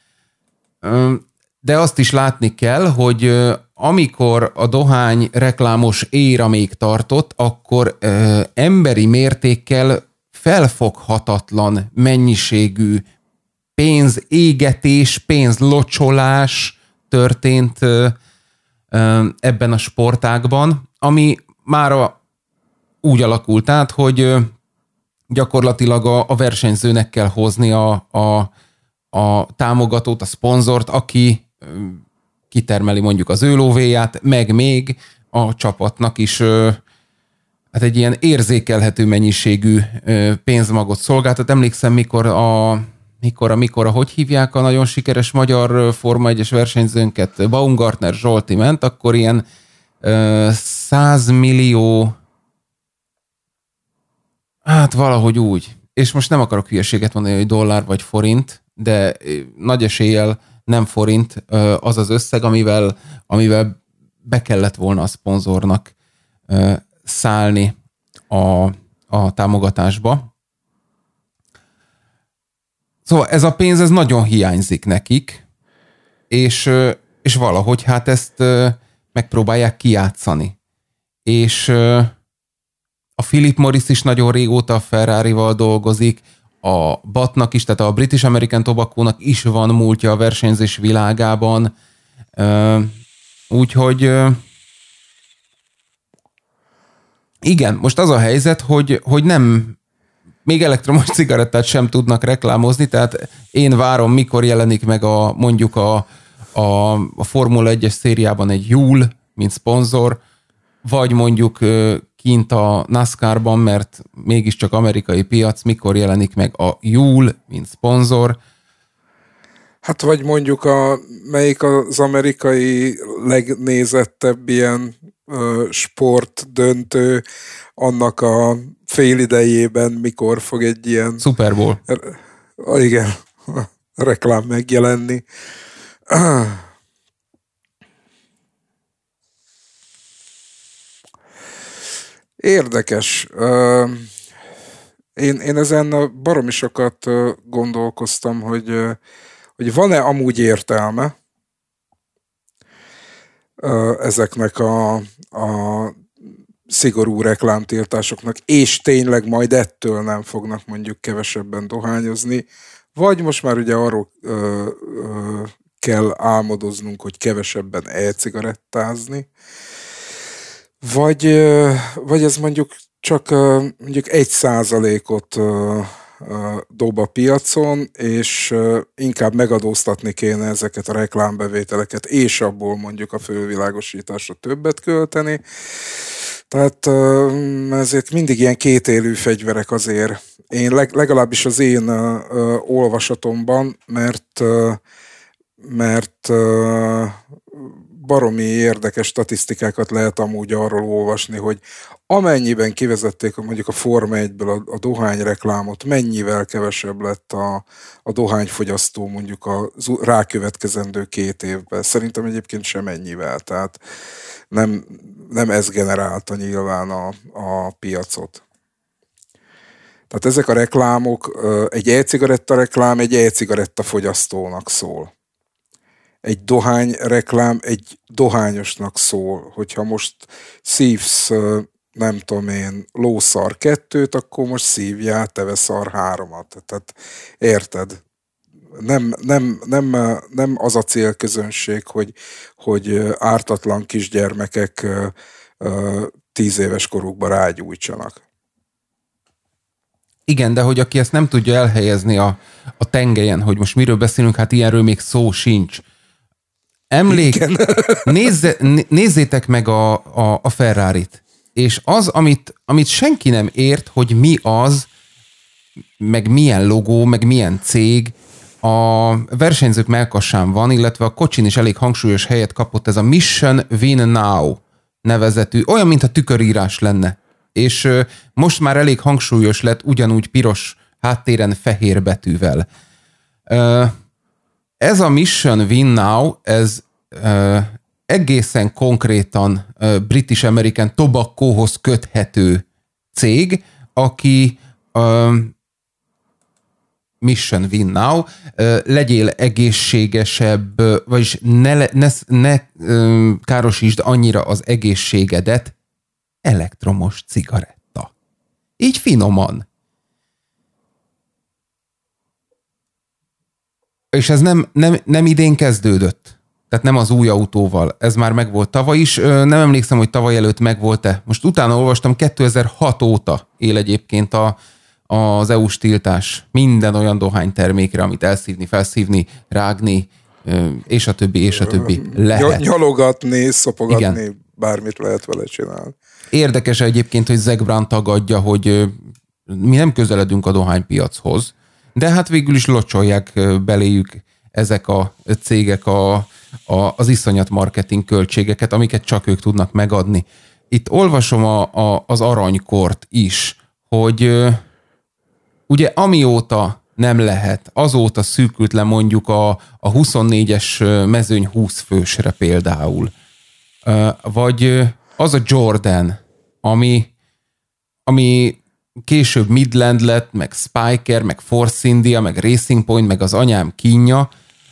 De azt is látni kell, hogy amikor a dohány reklámos éra még tartott, akkor emberi mértékkel felfoghatatlan mennyiségű pénzégetés, pénzlocsolás történt ebben a sportágban, ami már úgy alakult át, hogy gyakorlatilag a versenyzőnek kell hozni a támogatót, a szponzort, aki kitermeli mondjuk az ő lóvéját, meg még a csapatnak is hát egy ilyen érzékelhető mennyiségű pénzmagot szolgáltat. Emlékszem, mikor hogy hívják a nagyon sikeres magyar Forma 1-es versenyzőnket, Baumgartner Zsolti ment, akkor ilyen 100 millió, hát valahogy úgy. És most nem akarok hülyeséget mondani, hogy dollár vagy forint, de nagy eséllyel nem forint az az összeg, amivel be kellett volna a szponzornak szállni a támogatásba. Szóval ez a pénz, ez nagyon hiányzik nekik, és valahogy hát ezt megpróbálják kijátszani. És a Philip Morris is nagyon régóta a Ferrarival dolgozik, a BAT-nak is, tehát a British American Tobacco-nak is van múltja a versenyzés világában. Úgyhogy igen, most az a helyzet, hogy nem, még elektromos cigarettát sem tudnak reklámozni, tehát én várom, mikor jelenik meg mondjuk a Formula 1-es szériában egy Juul, mint szponzor, vagy mondjuk kint a NASCAR-ban, mert mégiscsak amerikai piac, mikor jelenik meg a Juul, mint szponzor. Hát vagy mondjuk melyik az amerikai legnézettebb ilyen sportdöntő, annak a fél idejében mikor fog egy ilyen Super Bowl. Igen, reklám megjelenni. Érdekes. Én ezen baromi sokat gondolkoztam, hogy van-e amúgy értelme ezeknek a szigorú reklámtiltásoknak, és tényleg majd ettől nem fognak mondjuk kevesebben dohányozni, vagy most már ugye arról kell álmodoznunk, hogy kevesebben e-cigarettázni, vagy ez mondjuk csak mondjuk 1%-ot dob a piacon, és inkább megadóztatni kéne ezeket a reklámbevételeket, és abból mondjuk a fölvilágosításra többet költeni. Tehát ezek mindig ilyen kétélű fegyverek azért. Én legalábbis az én olvasatomban, mert baromi érdekes statisztikákat lehet amúgy arról olvasni, hogy amennyiben kivezették mondjuk a Forma 1-ből a dohányreklámot, mennyivel kevesebb lett a dohányfogyasztó mondjuk a rákövetkezendő 2 évben. Szerintem egyébként sem ennyivel, tehát nem ez generálta nyilván a piacot. Tehát ezek a reklámok, egy e-cigaretta reklám egy e-cigaretta fogyasztónak szól. Egy dohányreklám egy dohányosnak szól. Hogyha most szívsz, nem tudom én, lószar 2-t, akkor most szívjál teveszar 3-at. Tehát érted? Nem az a célközönség, hogy ártatlan kisgyermekek 10 éves korukban rágyújtsanak. Igen, de hogy aki ezt nem tudja elhelyezni a tengelyen, hogy most miről beszélünk, hát ilyenről még szó sincs. Nézzétek meg a Ferrarit. És az, amit senki nem ért, hogy mi az, meg milyen logó, meg milyen cég, a versenyzők mellkassán van, illetve a kocsin is elég hangsúlyos helyet kapott ez a Mission Win Now nevezetű, olyan, mintha tükörírás lenne. És most már elég hangsúlyos lett, ugyanúgy piros háttéren fehér betűvel. Ez a Mission Win Now, ez egészen konkrétan British American Tobacco-hoz köthető cég, aki Mission Win Now, legyél egészségesebb, vagyis ne károsítsd annyira az egészségedet, elektromos cigaretta. Így finoman. És ez nem idén kezdődött. Tehát nem az új autóval. Ez már megvolt tavaly is. Nem emlékszem, hogy tavaly előtt megvolt-e. Most utána olvastam, 2006 óta él egyébként az EU-s tiltás minden olyan dohánytermékre, amit elszívni, felszívni, rágni, és a többi lehet. Nyalogatni, szopogatni, igen. Bármit lehet vele csinálni. Érdekes egyébként, hogy Zach Brown tagadja, hogy mi nem közeledünk a dohánypiachoz, de hát végül is locsolják beléjük ezek a cégek az iszonyat marketing költségeket, amiket csak ők tudnak megadni. Itt olvasom az aranykort is, hogy ugye amióta nem lehet, azóta szűkült le mondjuk a 24-es mezőny 20 fősre például. Vagy az a Jordan, ami ami később Midland lett, meg Spiker, meg Force India, meg Racing Point, meg az anyám kínja,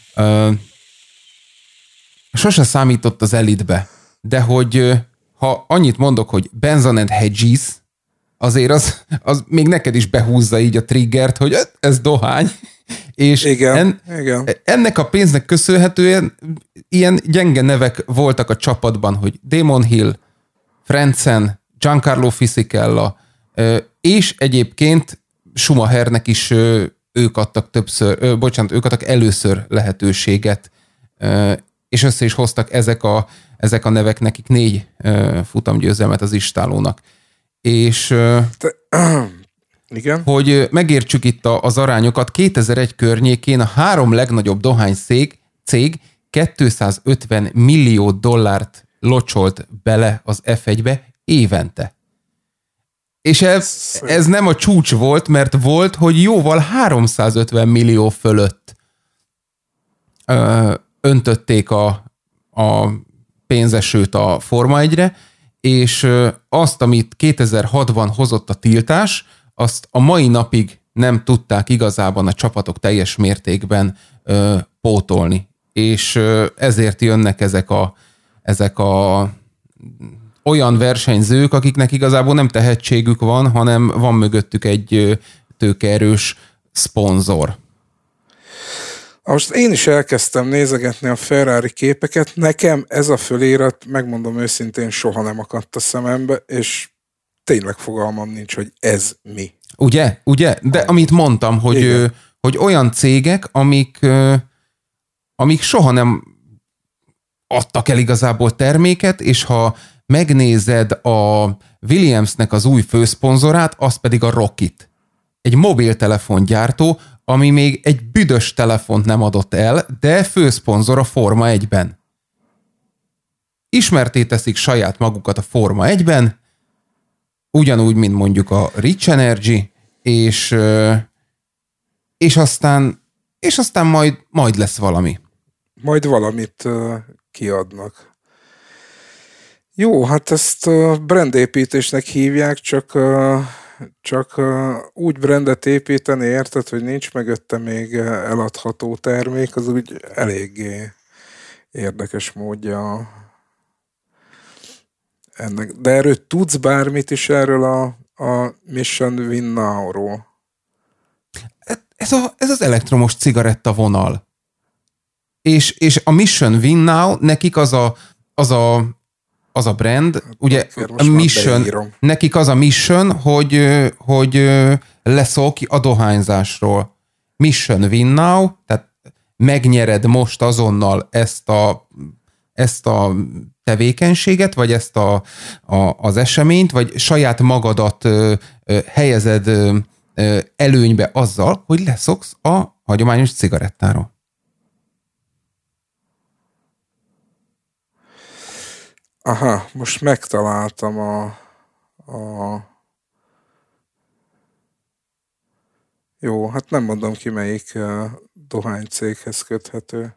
sose számított az elitbe. De hogy ha annyit mondok, hogy Benson and Hedges, azért az még neked is behúzza így a triggert, hogy ez dohány. És igen. ennek a pénznek köszönhetően ilyen gyenge nevek voltak a csapatban, hogy Damon Hill, Frentzen, Giancarlo Fisichella, és egyébként Schumachernek is ők adtak először lehetőséget, és össze is hoztak ezek a nevek nekik 4 futamgyőzelmet az istálónak. És igen. hogy megértsük itt az arányokat, 2001 környékén a 3 legnagyobb dohánycég 250 millió dollárt locsolt bele az F1-be évente. És ez nem a csúcs volt, mert volt, hogy jóval 350 millió fölött öntötték a pénzesőt a Forma 1-re, és azt, amit 2006-ban hozott a tiltás, azt a mai napig nem tudták igazában a csapatok teljes mértékben pótolni. És ezért jönnek ezek a olyan versenyzők, akiknek igazából nem tehetségük van, hanem van mögöttük egy tőkeerős szponzor. Most én is elkezdtem nézegetni a Ferrari képeket, nekem ez a fölirat, megmondom őszintén, soha nem akadt a szemembe, és tényleg fogalmam nincs, hogy ez mi. Ugye? De amit mondtam, hogy olyan cégek, amik soha nem adtak el igazából terméket, és ha megnézed a Williamsnek az új főszponzorát, az pedig a Rocket. Egy mobiltelefongyártó, ami még egy büdös telefont nem adott el, de főszponzor a Forma 1-ben. Ismerté teszik saját magukat a Forma 1-ben, ugyanúgy, mint mondjuk a Rich Energy, és aztán majd lesz valami. Majd valamit kiadnak. Jó, hát ezt brandépítésnek hívják, csak úgy brandet építeni, érted, hogy nincs mögötte még eladható termék, az úgy eléggé érdekes módja ennek. De erről tudsz bármit is erről a Mission Win Now-ról? Ez az elektromos cigaretta vonal. És a Mission Win Now, nekik az a brand, ugye a mission, nekik az a mission, hogy leszól ki a dohányzásról. Mission Win Now, tehát megnyered most azonnal ezt a tevékenységet, vagy ezt az eseményt, vagy saját magadat helyezed előnybe azzal, hogy leszoksz a hagyományos cigarettáról. Aha, most megtaláltam Jó, hát nem mondom ki, melyik dohánycéghez köthető.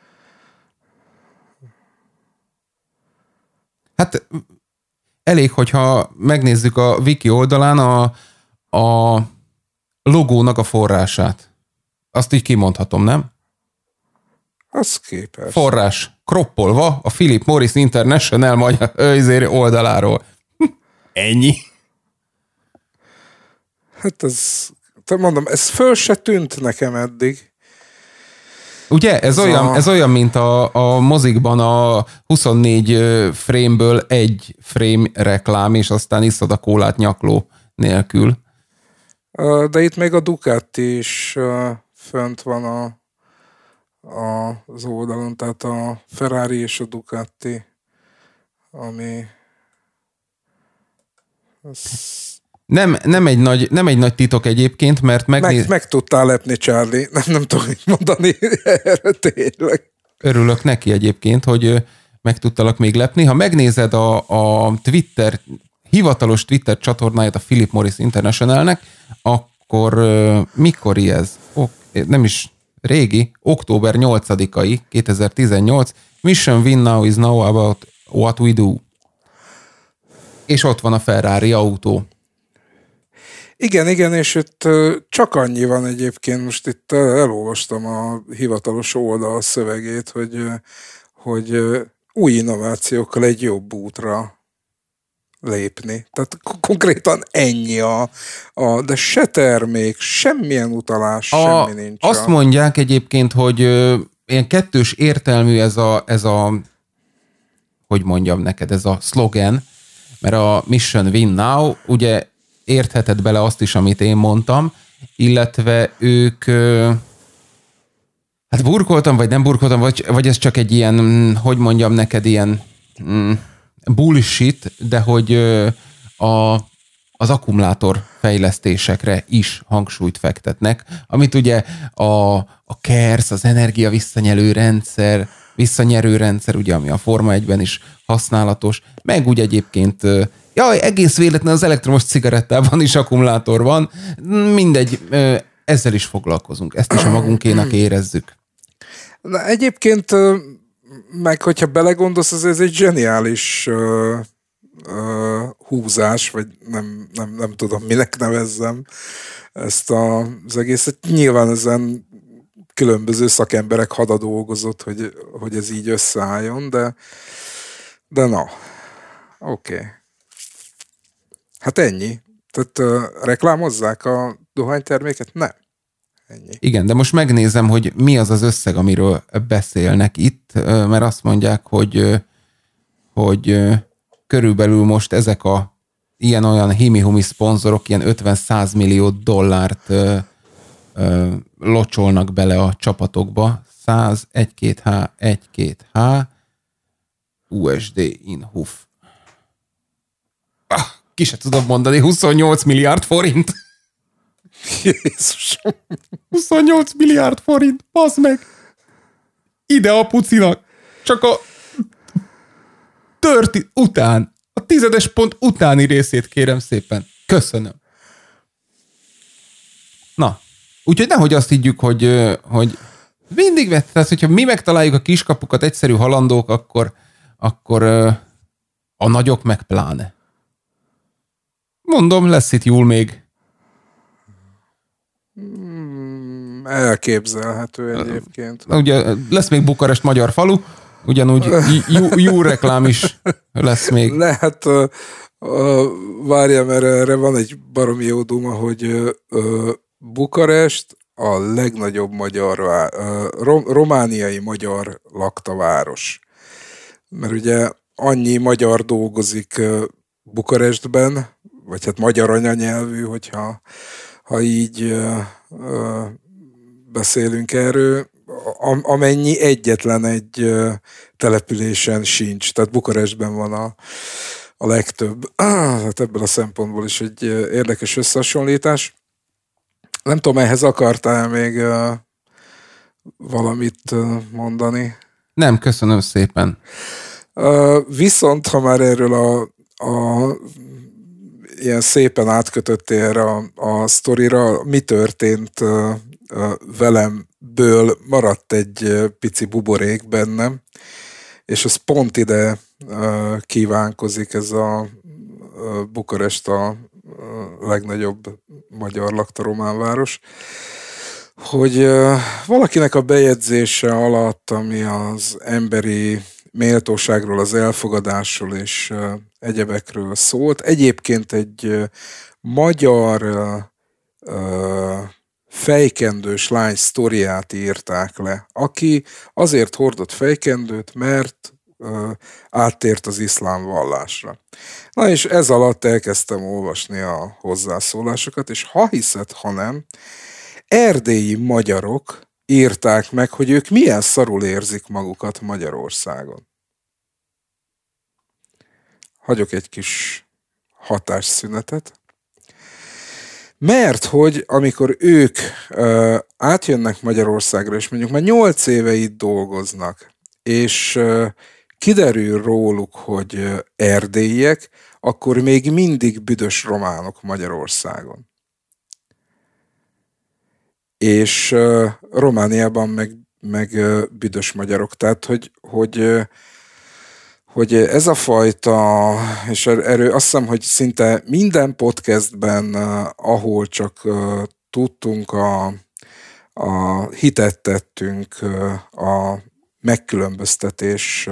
Hát elég, hogyha megnézzük a wiki oldalán a logónak a forrását. Azt így kimondhatom, nem? Az képes. Forrás kroppolva a Philip Morris International magyar oldaláról. Ennyi. Hát mondom, ez föl se tűnt nekem eddig. Ugye? Ez olyan, mint a mozikban a 24 frame-ből egy frame reklám, és aztán iszod a kólát nyakló nélkül. De itt még a Ducati is fönt van az oldalon, tehát a Ferrari és a Ducati, ami nem egy nagy titok egyébként, mert meg tudtál lepni, Charlie. Nem tudom mit mondani erre tényleg. Örülök neki egyébként, hogy meg tudtalak még lepni. Ha megnézed a Twitter, hivatalos Twitter csatornáját a Philip Morris Internationalnek, akkor mikor ez? Nem is régi, október 8-ai, 2018, Mission Win Now is now about what we do. És ott van a Ferrari autó. Igen, és itt csak annyi van egyébként, most itt elolvastam a hivatalos oldal szövegét, hogy új innovációkkal egy jobb útra lépni. Tehát konkrétan ennyi de se termék, semmilyen utalás, semmi nincs. Azt mondják egyébként, hogy ilyen kettős értelmű ez a hogy mondjam neked, ez a szlogen, mert a Mission Win Now, ugye értheted bele azt is, amit én mondtam, illetve ők hát burkoltam, vagy nem burkoltam, vagy ez csak egy ilyen, hogy mondjam neked, ilyen bullshit, de hogy az akkumulátor fejlesztésekre is hangsúlyt fektetnek, amit ugye a KERS, az energia visszanyerő rendszer, ugye, ami a Forma 1-ben is használatos, meg úgy egyébként, egész véletlen az elektromos cigarettában is akkumulátor van, mindegy, ezzel is foglalkozunk, ezt is a magunkénak érezzük. Na, egyébként, meg hogyha belegondolsz, ez egy zseniális húzás, vagy nem tudom, minek nevezzem ezt az egészet. Nyilván ezen különböző szakemberek hada dolgozott, hogy ez így összeálljon, de na, oké. Hát ennyi. Tehát reklámozzák a dohányterméket? Nem. Ennyi. Igen, de most megnézem, hogy mi az az összeg, amiről beszélnek itt, mert azt mondják, hogy körülbelül most ezek a ilyen-olyan himi-humi szponzorok ilyen 50-100 millió dollárt locsolnak bele a csapatokba. 100, 1-2H, 1-2H, USD in HUF. Ki se tudom mondani, 28 milliárd forint. Jézusom. 28 milliárd forint, bazd meg! Ide a pucinak! Csak a törti után, a 10. pont utáni részét kérem szépen. Köszönöm. Na, úgyhogy nehogy azt higgyük, hogy mindig vett, tehát hogyha mi megtaláljuk a kiskapukat, egyszerű halandók, akkor a nagyok meg pláne. Mondom, lesz itt jól még. Elképzelhető egyébként. Ugye lesz még Bukarest magyar falu, ugyanúgy jó reklám is lesz még. Lehet, várjál, mert erre van egy baromi jó duma, hogy Bukarest a legnagyobb romániai magyar lakta város. Mert ugye annyi magyar dolgozik Bukarestben, vagy hát magyar anyanyelvű, hogyha így beszélünk erről, amennyi egyetlen egy településen sincs. Tehát Bukarestben van a legtöbb. Hát ebből a szempontból is egy érdekes összehasonlítás. Nem tudom, ehhez akartál még valamit mondani? Nem, köszönöm szépen. Viszont, ha már erről a ilyen szépen átkötöttél erre a sztorira, mi történt velemből, maradt egy pici buborék bennem, és az pont ide kívánkozik, ez a Bukarest a legnagyobb magyar lakta román város, hogy valakinek a bejegyzése alatt, ami az emberi méltóságról, az elfogadásról és egyebekről szólt. Egyébként egy magyar fejkendős lány sztoriát írták le, aki azért hordott fejkendőt, mert áttért az iszlám vallásra. Na és ez alatt elkezdtem olvasni a hozzászólásokat, és ha hiszed, ha nem, erdélyi magyarok írták meg, hogy ők milyen szarul érzik magukat Magyarországon. Hagyok egy kis hatásszünetet. Mert hogy amikor ők átjönnek Magyarországra, és mondjuk már 8 éve itt dolgoznak, és kiderül róluk, hogy erdélyiek, akkor még mindig büdös románok Magyarországon. És Romániában meg büdös magyarok. Tehát, hogy ez a fajta, és erről azt hiszem, hogy szinte minden podcastben, ahol csak tudtunk, a hitet tettünk a megkülönböztetés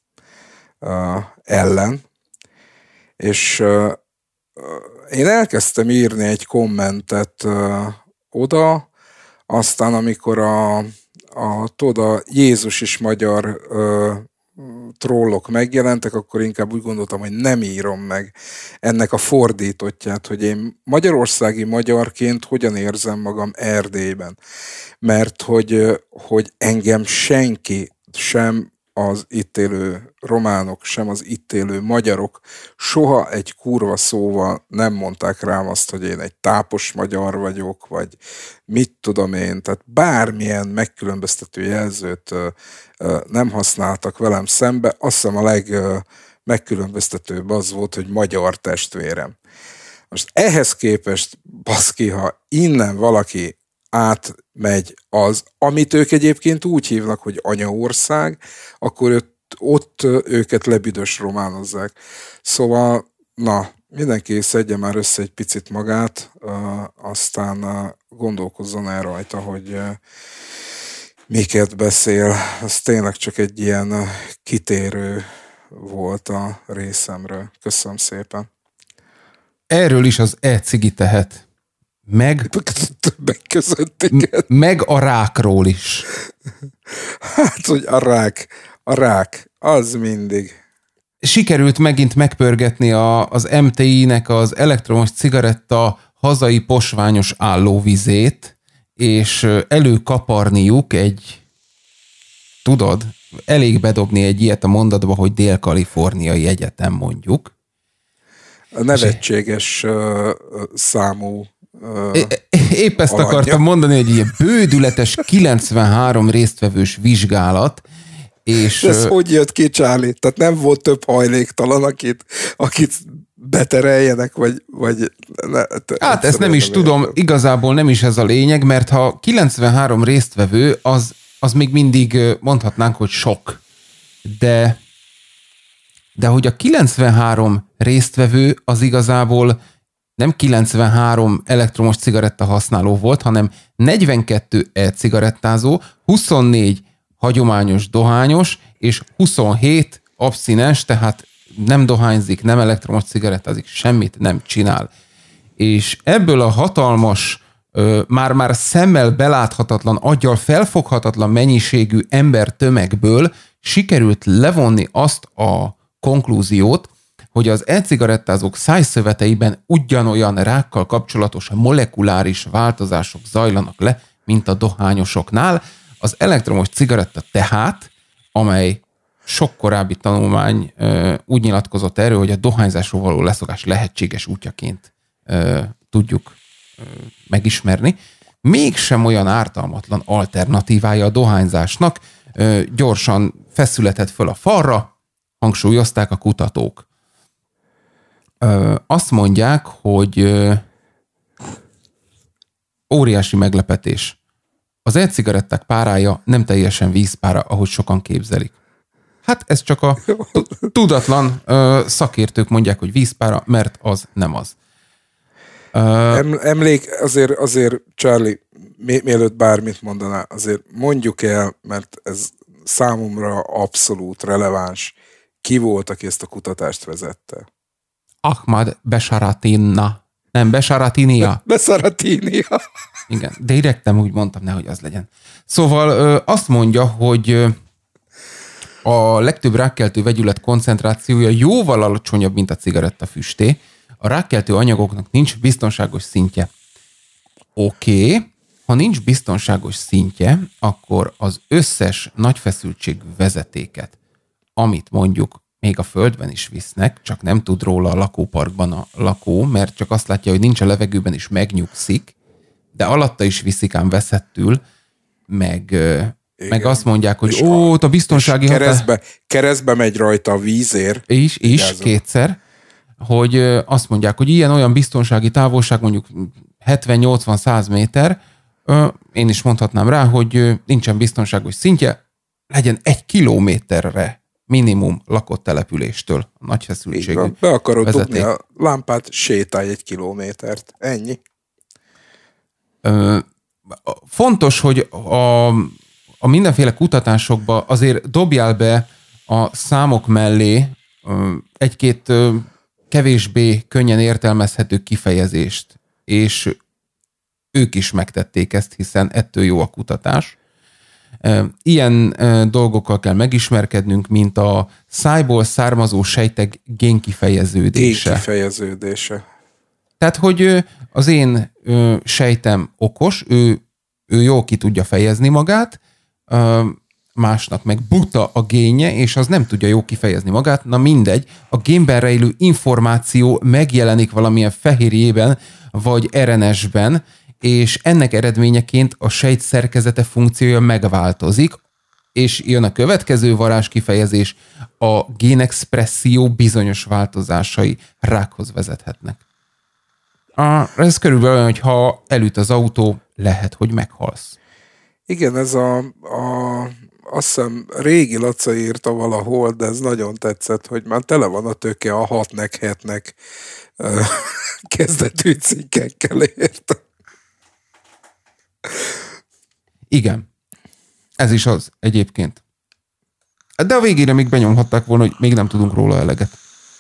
ellen, és én elkezdtem írni egy kommentet oda, aztán amikor a Jézus is magyar trollok megjelentek, akkor inkább úgy gondoltam, hogy nem írom meg ennek a fordítottját, hogy én magyarországi magyarként hogyan érzem magam Erdélyben. Mert hogy engem senki, sem az itt élő románok, sem az itt élő magyarok soha egy kurva szóval nem mondták rám azt, hogy én egy tápos magyar vagyok, vagy mit tudom én, tehát bármilyen megkülönböztető jelzőt nem használtak velem szembe. Azt hiszem a legmegkülönböztetőbb az volt, hogy magyar testvérem. Most ehhez képest, baszki, ha innen valaki átmegy az, amit ők egyébként úgy hívnak, hogy anyaország, akkor ott őket lebüdös románozzák. Szóval, na, mindenki szedje már össze egy picit magát, aztán gondolkozzon el rajta, hogy miket beszél. Ez tényleg csak egy ilyen kitérő volt a részemről. Köszönöm szépen. Erről is az e-cigi tehet. Meg a rákról is. Hát, hogy a rák, az mindig. Sikerült megint megpörgetni az MTI-nek az elektromos cigaretta hazai posványos állóvizét, és előkaparniuk elég bedobni egy ilyet a mondatba, hogy Dél-Kaliforniai Egyetem mondjuk. A nevetséges számú épp ezt alanya. Akartam mondani, hogy ilyen bődületes 93 résztvevős vizsgálat, és... Ez hogy jött ki, Charlie? Tehát nem volt több hajléktalan, akit betereljenek, vagy hát ezt nem is tudom, igazából nem is ez a lényeg, mert ha 93 résztvevő, az még mindig mondhatnánk, hogy sok. De hogy a 93 résztvevő az igazából nem 93 elektromos cigaretta használó volt, hanem 42 e-cigarettázó, 24 hagyományos dohányos, és 27 abszinens, tehát nem dohányzik, nem elektromos cigarettázik, semmit nem csinál. És ebből a hatalmas, már szemmel beláthatatlan, aggyal felfoghatatlan mennyiségű embertömegből sikerült levonni azt a konklúziót, hogy az e-cigarettázók szájszöveteiben ugyanolyan rákkal kapcsolatos molekuláris változások zajlanak le, mint a dohányosoknál. Az elektromos cigaretta tehát, amely sok korábbi tanulmány úgy nyilatkozott erről, hogy a dohányzásról való leszokás lehetséges útjaként tudjuk megismerni, mégsem olyan ártalmatlan alternatívája a dohányzásnak, gyorsan feszületett föl a falra, hangsúlyozták a kutatók. Azt mondják, hogy óriási meglepetés. Az e-cigaretták párája nem teljesen vízpára, ahogy sokan képzelik. Hát ez csak a tudatlan szakértők mondják, hogy vízpára, mert az nem az. Azért Charlie, mielőtt bármit mondaná, azért mondjuk el, mert ez számomra abszolút releváns. Ki volt, aki ezt a kutatást vezette? Ahmad Besaratinia. Nem, Besaratinia. Besaratinia. Igen, de direkt nem úgy mondtam, nehogy az legyen. Szóval azt mondja, hogy a legtöbb rákkeltő vegyület koncentrációja jóval alacsonyabb, mint a cigarettafüsté. A rákkeltő anyagoknak nincs biztonságos szintje. Oké, ha nincs biztonságos szintje, akkor az összes nagy feszültségű vezetéket, amit mondjuk még a földben is visznek, csak nem tud róla a lakóparkban a lakó, mert csak azt látja, hogy nincs a levegőben, is megnyugszik, de alatta is viszik ám veszettül, meg azt mondják, hogy a biztonsági keresztbe megy rajta a vízért. És kétszer, hogy azt mondják, hogy ilyen-olyan biztonsági távolság, mondjuk 70-80-100 méter, én is mondhatnám rá, hogy nincsen biztonságos szintje, legyen 1 kilométerre minimum lakott településtől, a nagy feszültségű Be akarod vezeték. dugni a lámpát, sétálj 1 kilométert. Ennyi. Fontos, hogy a mindenféle kutatásokba azért dobjál be a számok mellé egy-két kevésbé könnyen értelmezhető kifejezést, és ők is megtették ezt, hiszen ettől jó a kutatás. Ilyen dolgokkal kell megismerkednünk, mint a szájból származó sejtek génkifejeződése. Génkifejeződése. Tehát, hogy az én sejtem okos, ő jól ki tudja fejezni magát, másnak meg buta a génje, és az nem tudja jól kifejezni magát, na mindegy, a génben rejlő információ megjelenik valamilyen fehérjében, vagy RNS-ben, és ennek eredményeként a sejt szerkezete funkciója megváltozik, és jön a következő varázskifejezés, a génexpresszió bizonyos változásai rákhoz vezethetnek. Ez körülbelül olyan, hogy ha elüt az autó, lehet, hogy meghalsz. Igen, ez azt hiszem régi Laca írta valahol, de ez nagyon tetszett, hogy már tele van a töke a 6-7-nek kezdetű cikkekkel, érte. Igen. Ez is az egyébként. De a végére még benyomhatták volna, hogy még nem tudunk róla eleget.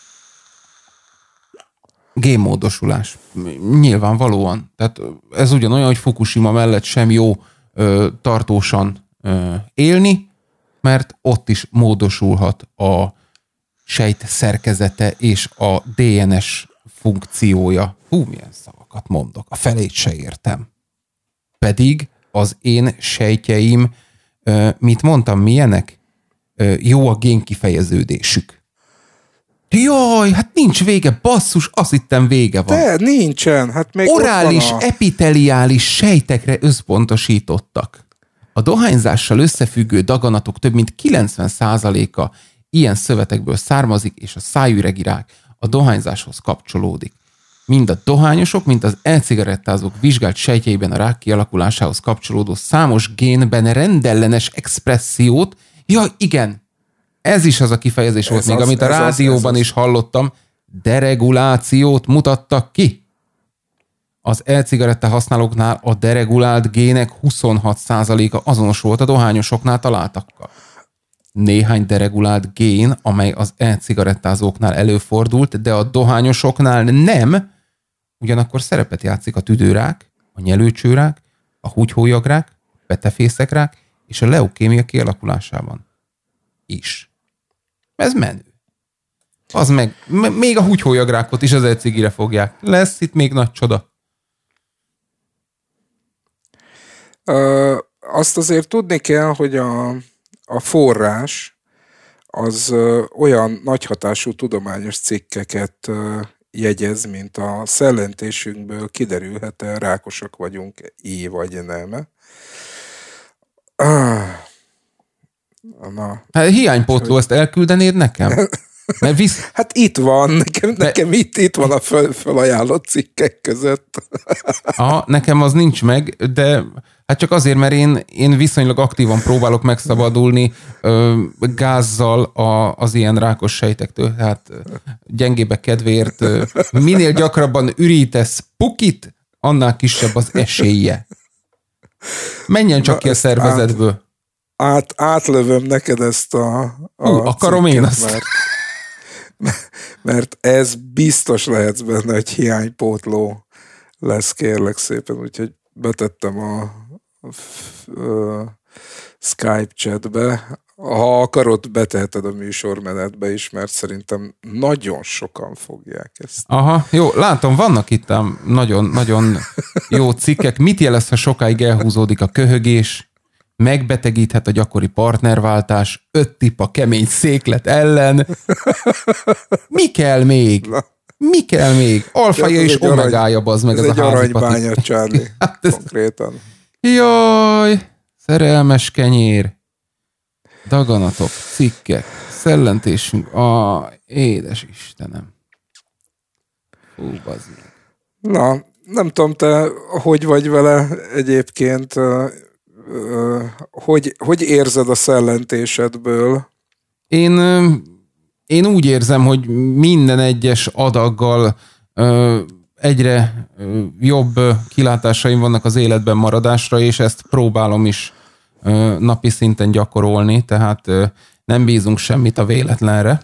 Génmódosulás. Nyilvánvalóan. Tehát ez ugyanolyan, hogy Fukushima mellett sem jó tartósan élni, mert ott is módosulhat a sejt szerkezete és a DNS funkciója. Milyen szavakat mondok. A felét se értem. Pedig az én sejtjeim, mit mondtam, milyenek? Jó a génkifejeződésük. Jaj, hát nincs vége, basszus, azt hittem vége van. De nincsen, hát még orális, epiteliális sejtekre összpontosítottak. A dohányzással összefüggő daganatok több mint 90%-a ilyen szövetekből származik, és a szájüregi rák a dohányzáshoz kapcsolódik. Mind a dohányosok, mind az e-cigarettázók vizsgált sejtjeiben a rák kialakulásához kapcsolódó számos génben rendellenes expressziót, igen, ez is az a kifejezés volt még, amit a rádióban is hallottam, deregulációt mutattak ki. Az e-cigaretta használóknál a deregulált gének 26%-a azonos volt a dohányosoknál találtakkal. Néhány deregulált gén, amely az e-cigarettázóknál előfordult, de a dohányosoknál nem, ugyanakkor szerepet játszik a tüdőrák, a nyelőcsőrák, a húgyhólyagrák, a petefészekrák és a leukémia kialakulásában is. Ez menő. Az meg, még a húgyhólyagrákot is az e-cigire fogják. Lesz itt még nagy csoda. Azt azért tudni kell, hogy a forrás az olyan nagyhatású tudományos cikkeket jegyez, mint a szellentésünkből kiderülhet-e, rákosak vagyunk, vagy nem. Na. Hát hiánypótló, ezt elküldenéd nekem? Hát itt van, nekem itt van a felajánlott cikkek között. Nekem az nincs meg, de hát csak azért, mert én viszonylag aktívan próbálok megszabadulni gázzal az ilyen rákos sejtektől. Hát gyengébbek kedvéért minél gyakrabban ürítesz pukit, annál kisebb az esélye. Menjen csak ki a szervezetből. Átlövöm neked ezt a akarom cikket, én azt. Mert ez biztos lehetsz benne, hogy hiánypótló lesz, kérlek szépen, úgyhogy betettem a Skype chatbe. Ha akarod, beteheted a műsormenetbe is, mert szerintem nagyon sokan fogják ezt. Aha, jó, látom, vannak itt nagyon jó cikkek. Mit jelez, ha sokáig elhúzódik a köhögés? Megbetegíthet a gyakori partnerváltás, 5 tipp a kemény széklet ellen. Mi kell még? Mi kell még? Alfaja és omegája, bazd meg ez a házipati. Ez egy aranybánya, Charlie. Hát konkrétan. Jaj, szerelmes kenyér. Daganatok, cikkek, szellentésünk. Édes Istenem. Bazd meg. Na, nem tudom, te hogy vagy vele egyébként, hogy érzed a szellentésedből Én úgy érzem, hogy minden egyes adaggal egyre jobb kilátásaim vannak az életben maradásra, és ezt próbálom is napi szinten gyakorolni, tehát nem bízunk semmit a véletlenre.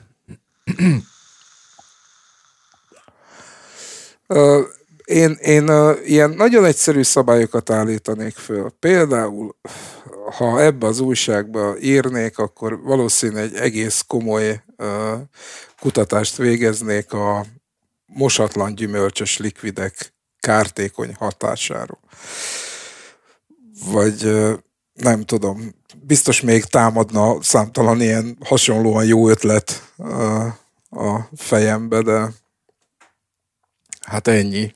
Én ilyen nagyon egyszerű szabályokat állítanék föl. Például, ha ebbe az újságba írnék, akkor valószínűleg egy egész komoly kutatást végeznék a mosatlan gyümölcsös likvidek kártékony hatásáról. Vagy nem tudom, biztos még támadna számtalan ilyen hasonlóan jó ötlet a fejembe, de hát ennyi.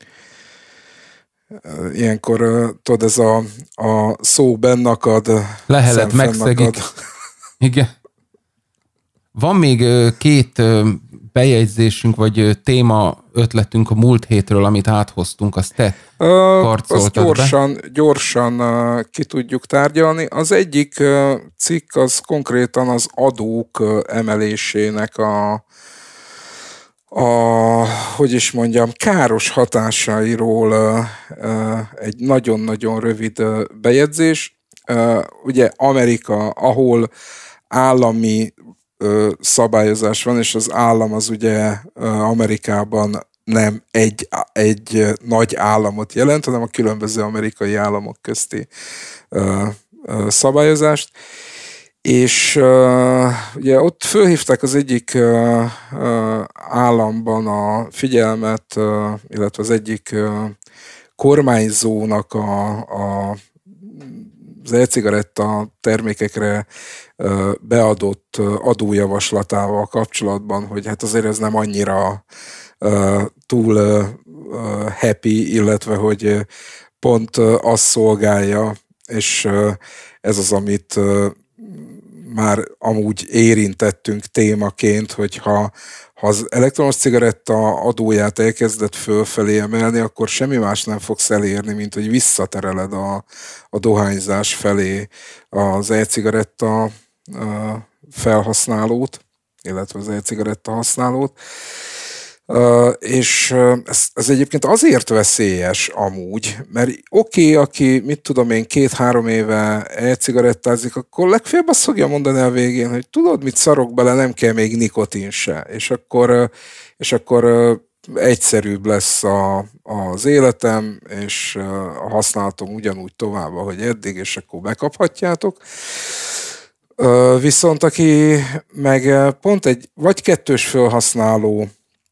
Ilyenkor tudod, ez a szó bennakad, lehelet megszegik. Igen. Van még két bejegyzésünk, vagy téma ötletünk a múlt hétről, amit áthoztunk, azt te karcoltad azt gyorsan ki tudjuk tárgyalni. Az egyik cikk az konkrétan az adók emelésének hogy is mondjam, káros hatásairól egy nagyon-nagyon rövid bejegyzés. Ugye Amerika, ahol állami szabályozás van, és az állam az ugye Amerikában nem egy nagy államot jelent, hanem a különböző amerikai államok közti szabályozást. És ugye ott fölhívták az egyik államban a figyelmet, illetve az egyik kormányzónak az e-cigaretta termékekre beadott adójavaslatával kapcsolatban, hogy hát azért ez nem annyira túl happy, illetve hogy pont azt szolgálja, és ez az, amit már amúgy érintettünk témaként, hogy ha az elektromos cigaretta adóját elkezdett fölfelé emelni, akkor semmi más nem fogsz elérni, mint hogy visszatereled a dohányzás felé az e-cigaretta felhasználót, illetve az e-cigaretta használót. És ez egyébként azért veszélyes amúgy, mert oké, aki, mit tudom én, 2-3 éve e-cigarettázik, akkor legfeljebb azt fogja mondani a végén, hogy tudod, mit szarok bele, nem kell még nikotin se. És akkor egyszerűbb lesz az életem, és a használatom ugyanúgy tovább, ahogy eddig, és akkor bekaphatjátok. Viszont aki meg pont egy vagy kettős felhasználó,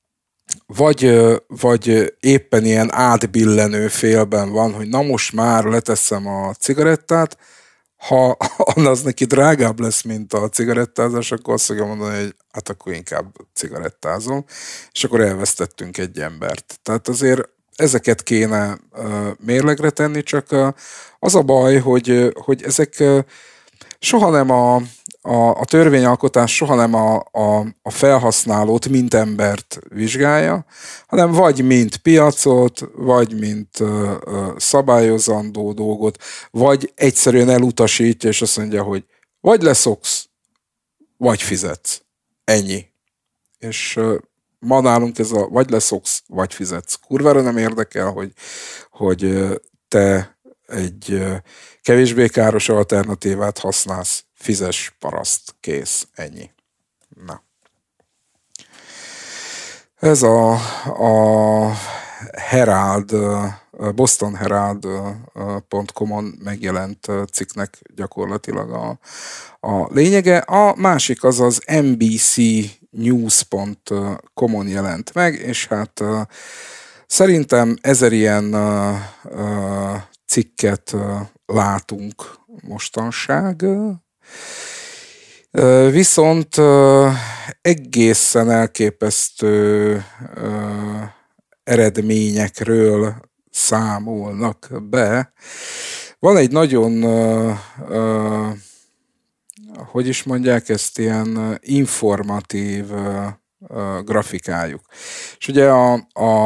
vagy éppen ilyen átbillenő félben van, hogy na most már leteszem a cigarettát, ha az neki drágább lesz, mint a cigarettázás, akkor azt fogja mondani, hogy hát akkor inkább cigarettázom, és akkor elvesztettünk egy embert. Tehát azért ezeket kéne mérlegre tenni, csak az a baj, hogy ezek soha nem a törvényalkotás soha nem a felhasználót, mint embert vizsgálja, hanem vagy mint piacot, vagy mint szabályozandó dolgot, vagy egyszerűen elutasítja, és azt mondja, hogy vagy leszoksz, vagy fizetsz. Ennyi. És ma nálunk ez a vagy leszoksz, vagy fizetsz. Kurvára nem érdekel, hogy te egy kevésbé káros alternatívát használsz. Fizes, paraszt, kész, ennyi. Na. Ez a Herald, Boston Herald.com-on megjelent cikknek gyakorlatilag a lényege. A másik az az NBC News.com-on jelent meg, és hát szerintem 1000 ilyen cikket látunk mostanság. Viszont egészen elképesztő eredményekről számolnak be. Van egy nagyon, hogy is mondják ezt, ilyen informatív grafikájuk. És ugye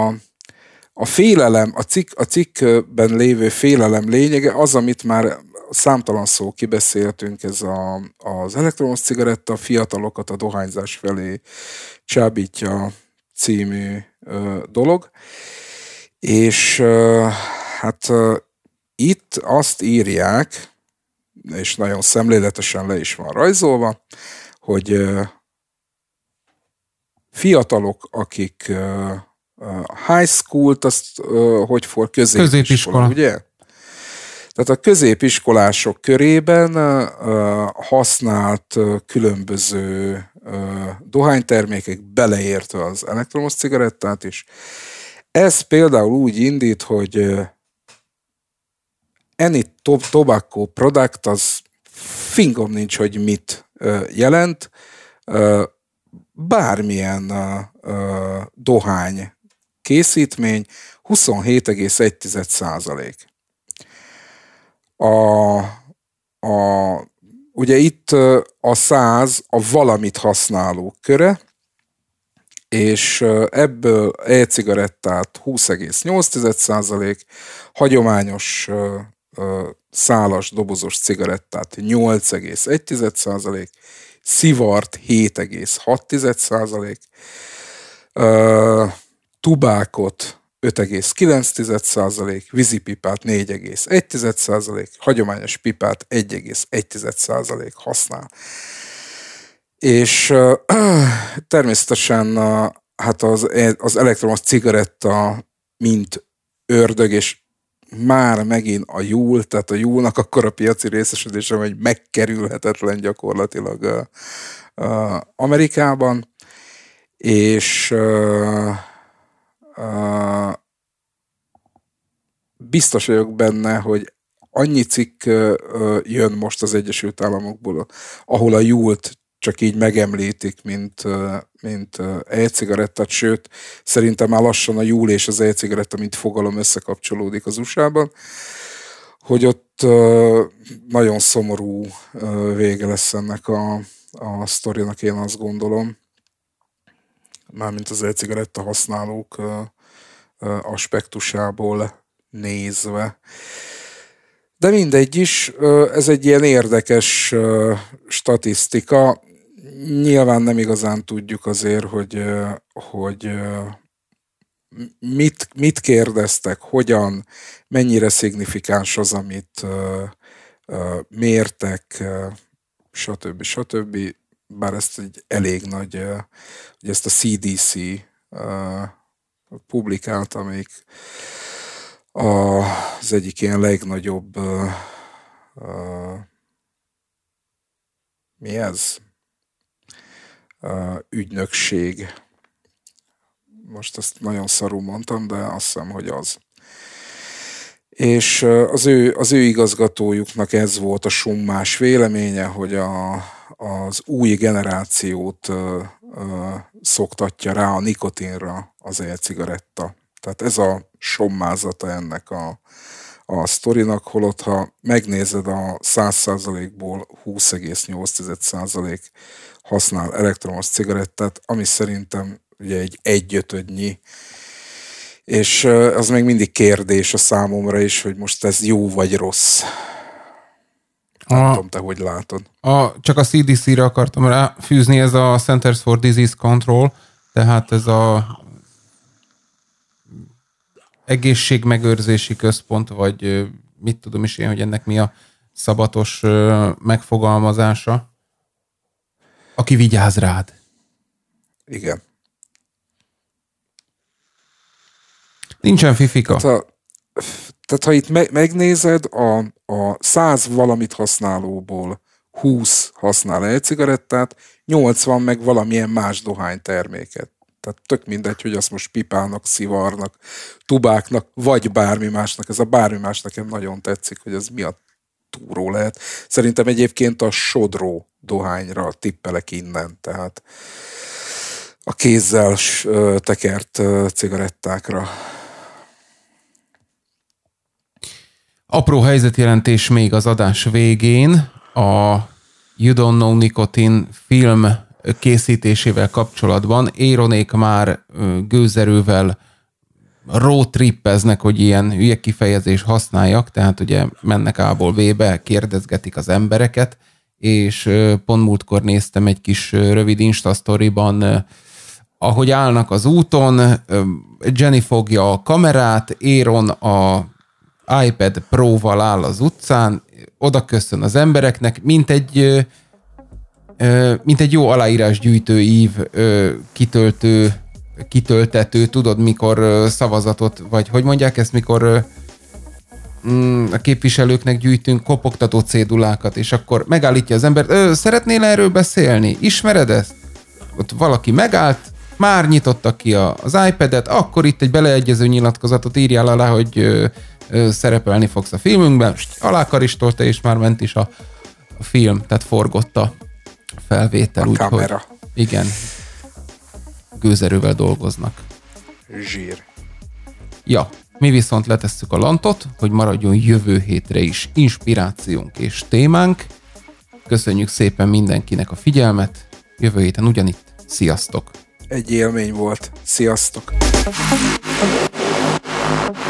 a félelem, a cikkben lévő félelem lényege az, amit már számtalan szó kibeszéltünk, ez az elektromos cigaretta fiatalokat a dohányzás felé csábítja című dolog. És hát itt azt írják, és nagyon szemléletesen le is van rajzolva, hogy fiatalok, akik high school-t, azt hogy for középiskola, ugye? Tehát a középiskolások körében használt különböző dohánytermékek, beleértve az elektromos cigarettát is. Ez például úgy indít, hogy any tobacco product, az fingom nincs, hogy mit jelent, bármilyen dohány készítmény 27,1%. Ugye itt a 100 a valamit használók köre, és ebből e-cigarettát 20,8%, hagyományos szálas dobozos cigarettát 8,1%, szivart 7,6%, tubákot 5,9%, vízipipát 4,1%, hagyományos pipát 1,1% használ. És természetesen hát az elektromos cigaretta mint ördög, és már megint a Juul, tehát a Juulnak akkor a piaci részesedése, hogy megkerülhetetlen gyakorlatilag Amerikában, és biztos vagyok benne, hogy annyi cikk jön most az Egyesült Államokból, ahol a Juult csak így megemlítik, mint e-cigarettát, sőt, szerintem már lassan a Juul és az e-cigaretta, mint fogalom összekapcsolódik az USA-ban, hogy ott nagyon szomorú vége lesz ennek a sztorinak, én azt gondolom, mármint az e-cigaretta használók aspektusából nézve. De mindegy is, ez egy ilyen érdekes statisztika. Nyilván nem igazán tudjuk azért, hogy mit kérdeztek, hogyan, mennyire szignifikáns az, amit mértek, stb. Bár ezt egy elég nagy, hogy ezt a CDC publikált, amelyik az egyik ilyen legnagyobb mi ez? Ügynökség. Most ezt nagyon szarul mondtam, de azt hiszem, hogy az. És az ő igazgatójuknak ez volt a summás véleménye, hogy az új generációt szoktatja rá a nikotinra az e-cigaretta. Tehát ez a sommázata ennek a sztorinak, holott ha megnézed a 100%-ból 20,8% használ elektromos cigarettát, ami szerintem ugye egy egyötödnyi, és az még mindig kérdés a számomra is, hogy most ez jó vagy rossz. Nem tudom, te hogy látod. Csak a CDC-re akartam ráfűzni, ez a Centers for Disease Control, tehát ez a egészségmegőrzési központ, vagy mit tudom is én, hogy ennek mi a szabatos megfogalmazása. Aki vigyáz rád. Igen. Nincsen fifika. Tehát ha itt megnézed, a 100 valamit használóból 20 használ e-cigarettát, 80 meg valamilyen más dohányterméket. Tehát tök mindegy, hogy azt most pipának, szivarnak, tubáknak, vagy bármi másnak. Ez a bármi más nekem nagyon tetszik, hogy ez mi a túró lehet. Szerintem egyébként a sodró dohányra tippelek innen, tehát a kézzel tekert cigarettákra. Apró helyzetjelentés még az adás végén. A You Don't Know Nicotine film készítésével kapcsolatban Éronék már gőzerővel roadtrippeznek, hogy ilyen hülye kifejezés használjak, tehát ugye mennek A-ból B-be, kérdezgetik az embereket, és pont múltkor néztem egy kis rövid Insta sztoriban, ahogy állnak az úton, Jenny fogja a kamerát, Aaron a iPad Pro-val áll az utcán, oda köszön az embereknek, mint egy jó aláírásgyűjtő ív kitöltető, tudod, mikor szavazatot, vagy hogy mondják ezt, mikor a képviselőknek gyűjtünk kopogtató cédulákat, és akkor megállítja az embert, szeretnél erről beszélni? Ismered ezt? Ott valaki megállt, már nyitotta ki az iPad-et, akkor itt egy beleegyező nyilatkozatot írjál alá, hogy szerepelni fogsz a filmünkben, alákaristolta, és már ment is a film, tehát forgott a felvétel. A kamera. Hogy igen, gőzerővel dolgoznak. Zsír. Ja, mi viszont letesszük a lantot, hogy maradjon jövő hétre is inspirációnk és témánk. Köszönjük szépen mindenkinek a figyelmet, jövő héten ugyanitt. Sziasztok! Egy élmény volt. Sziasztok!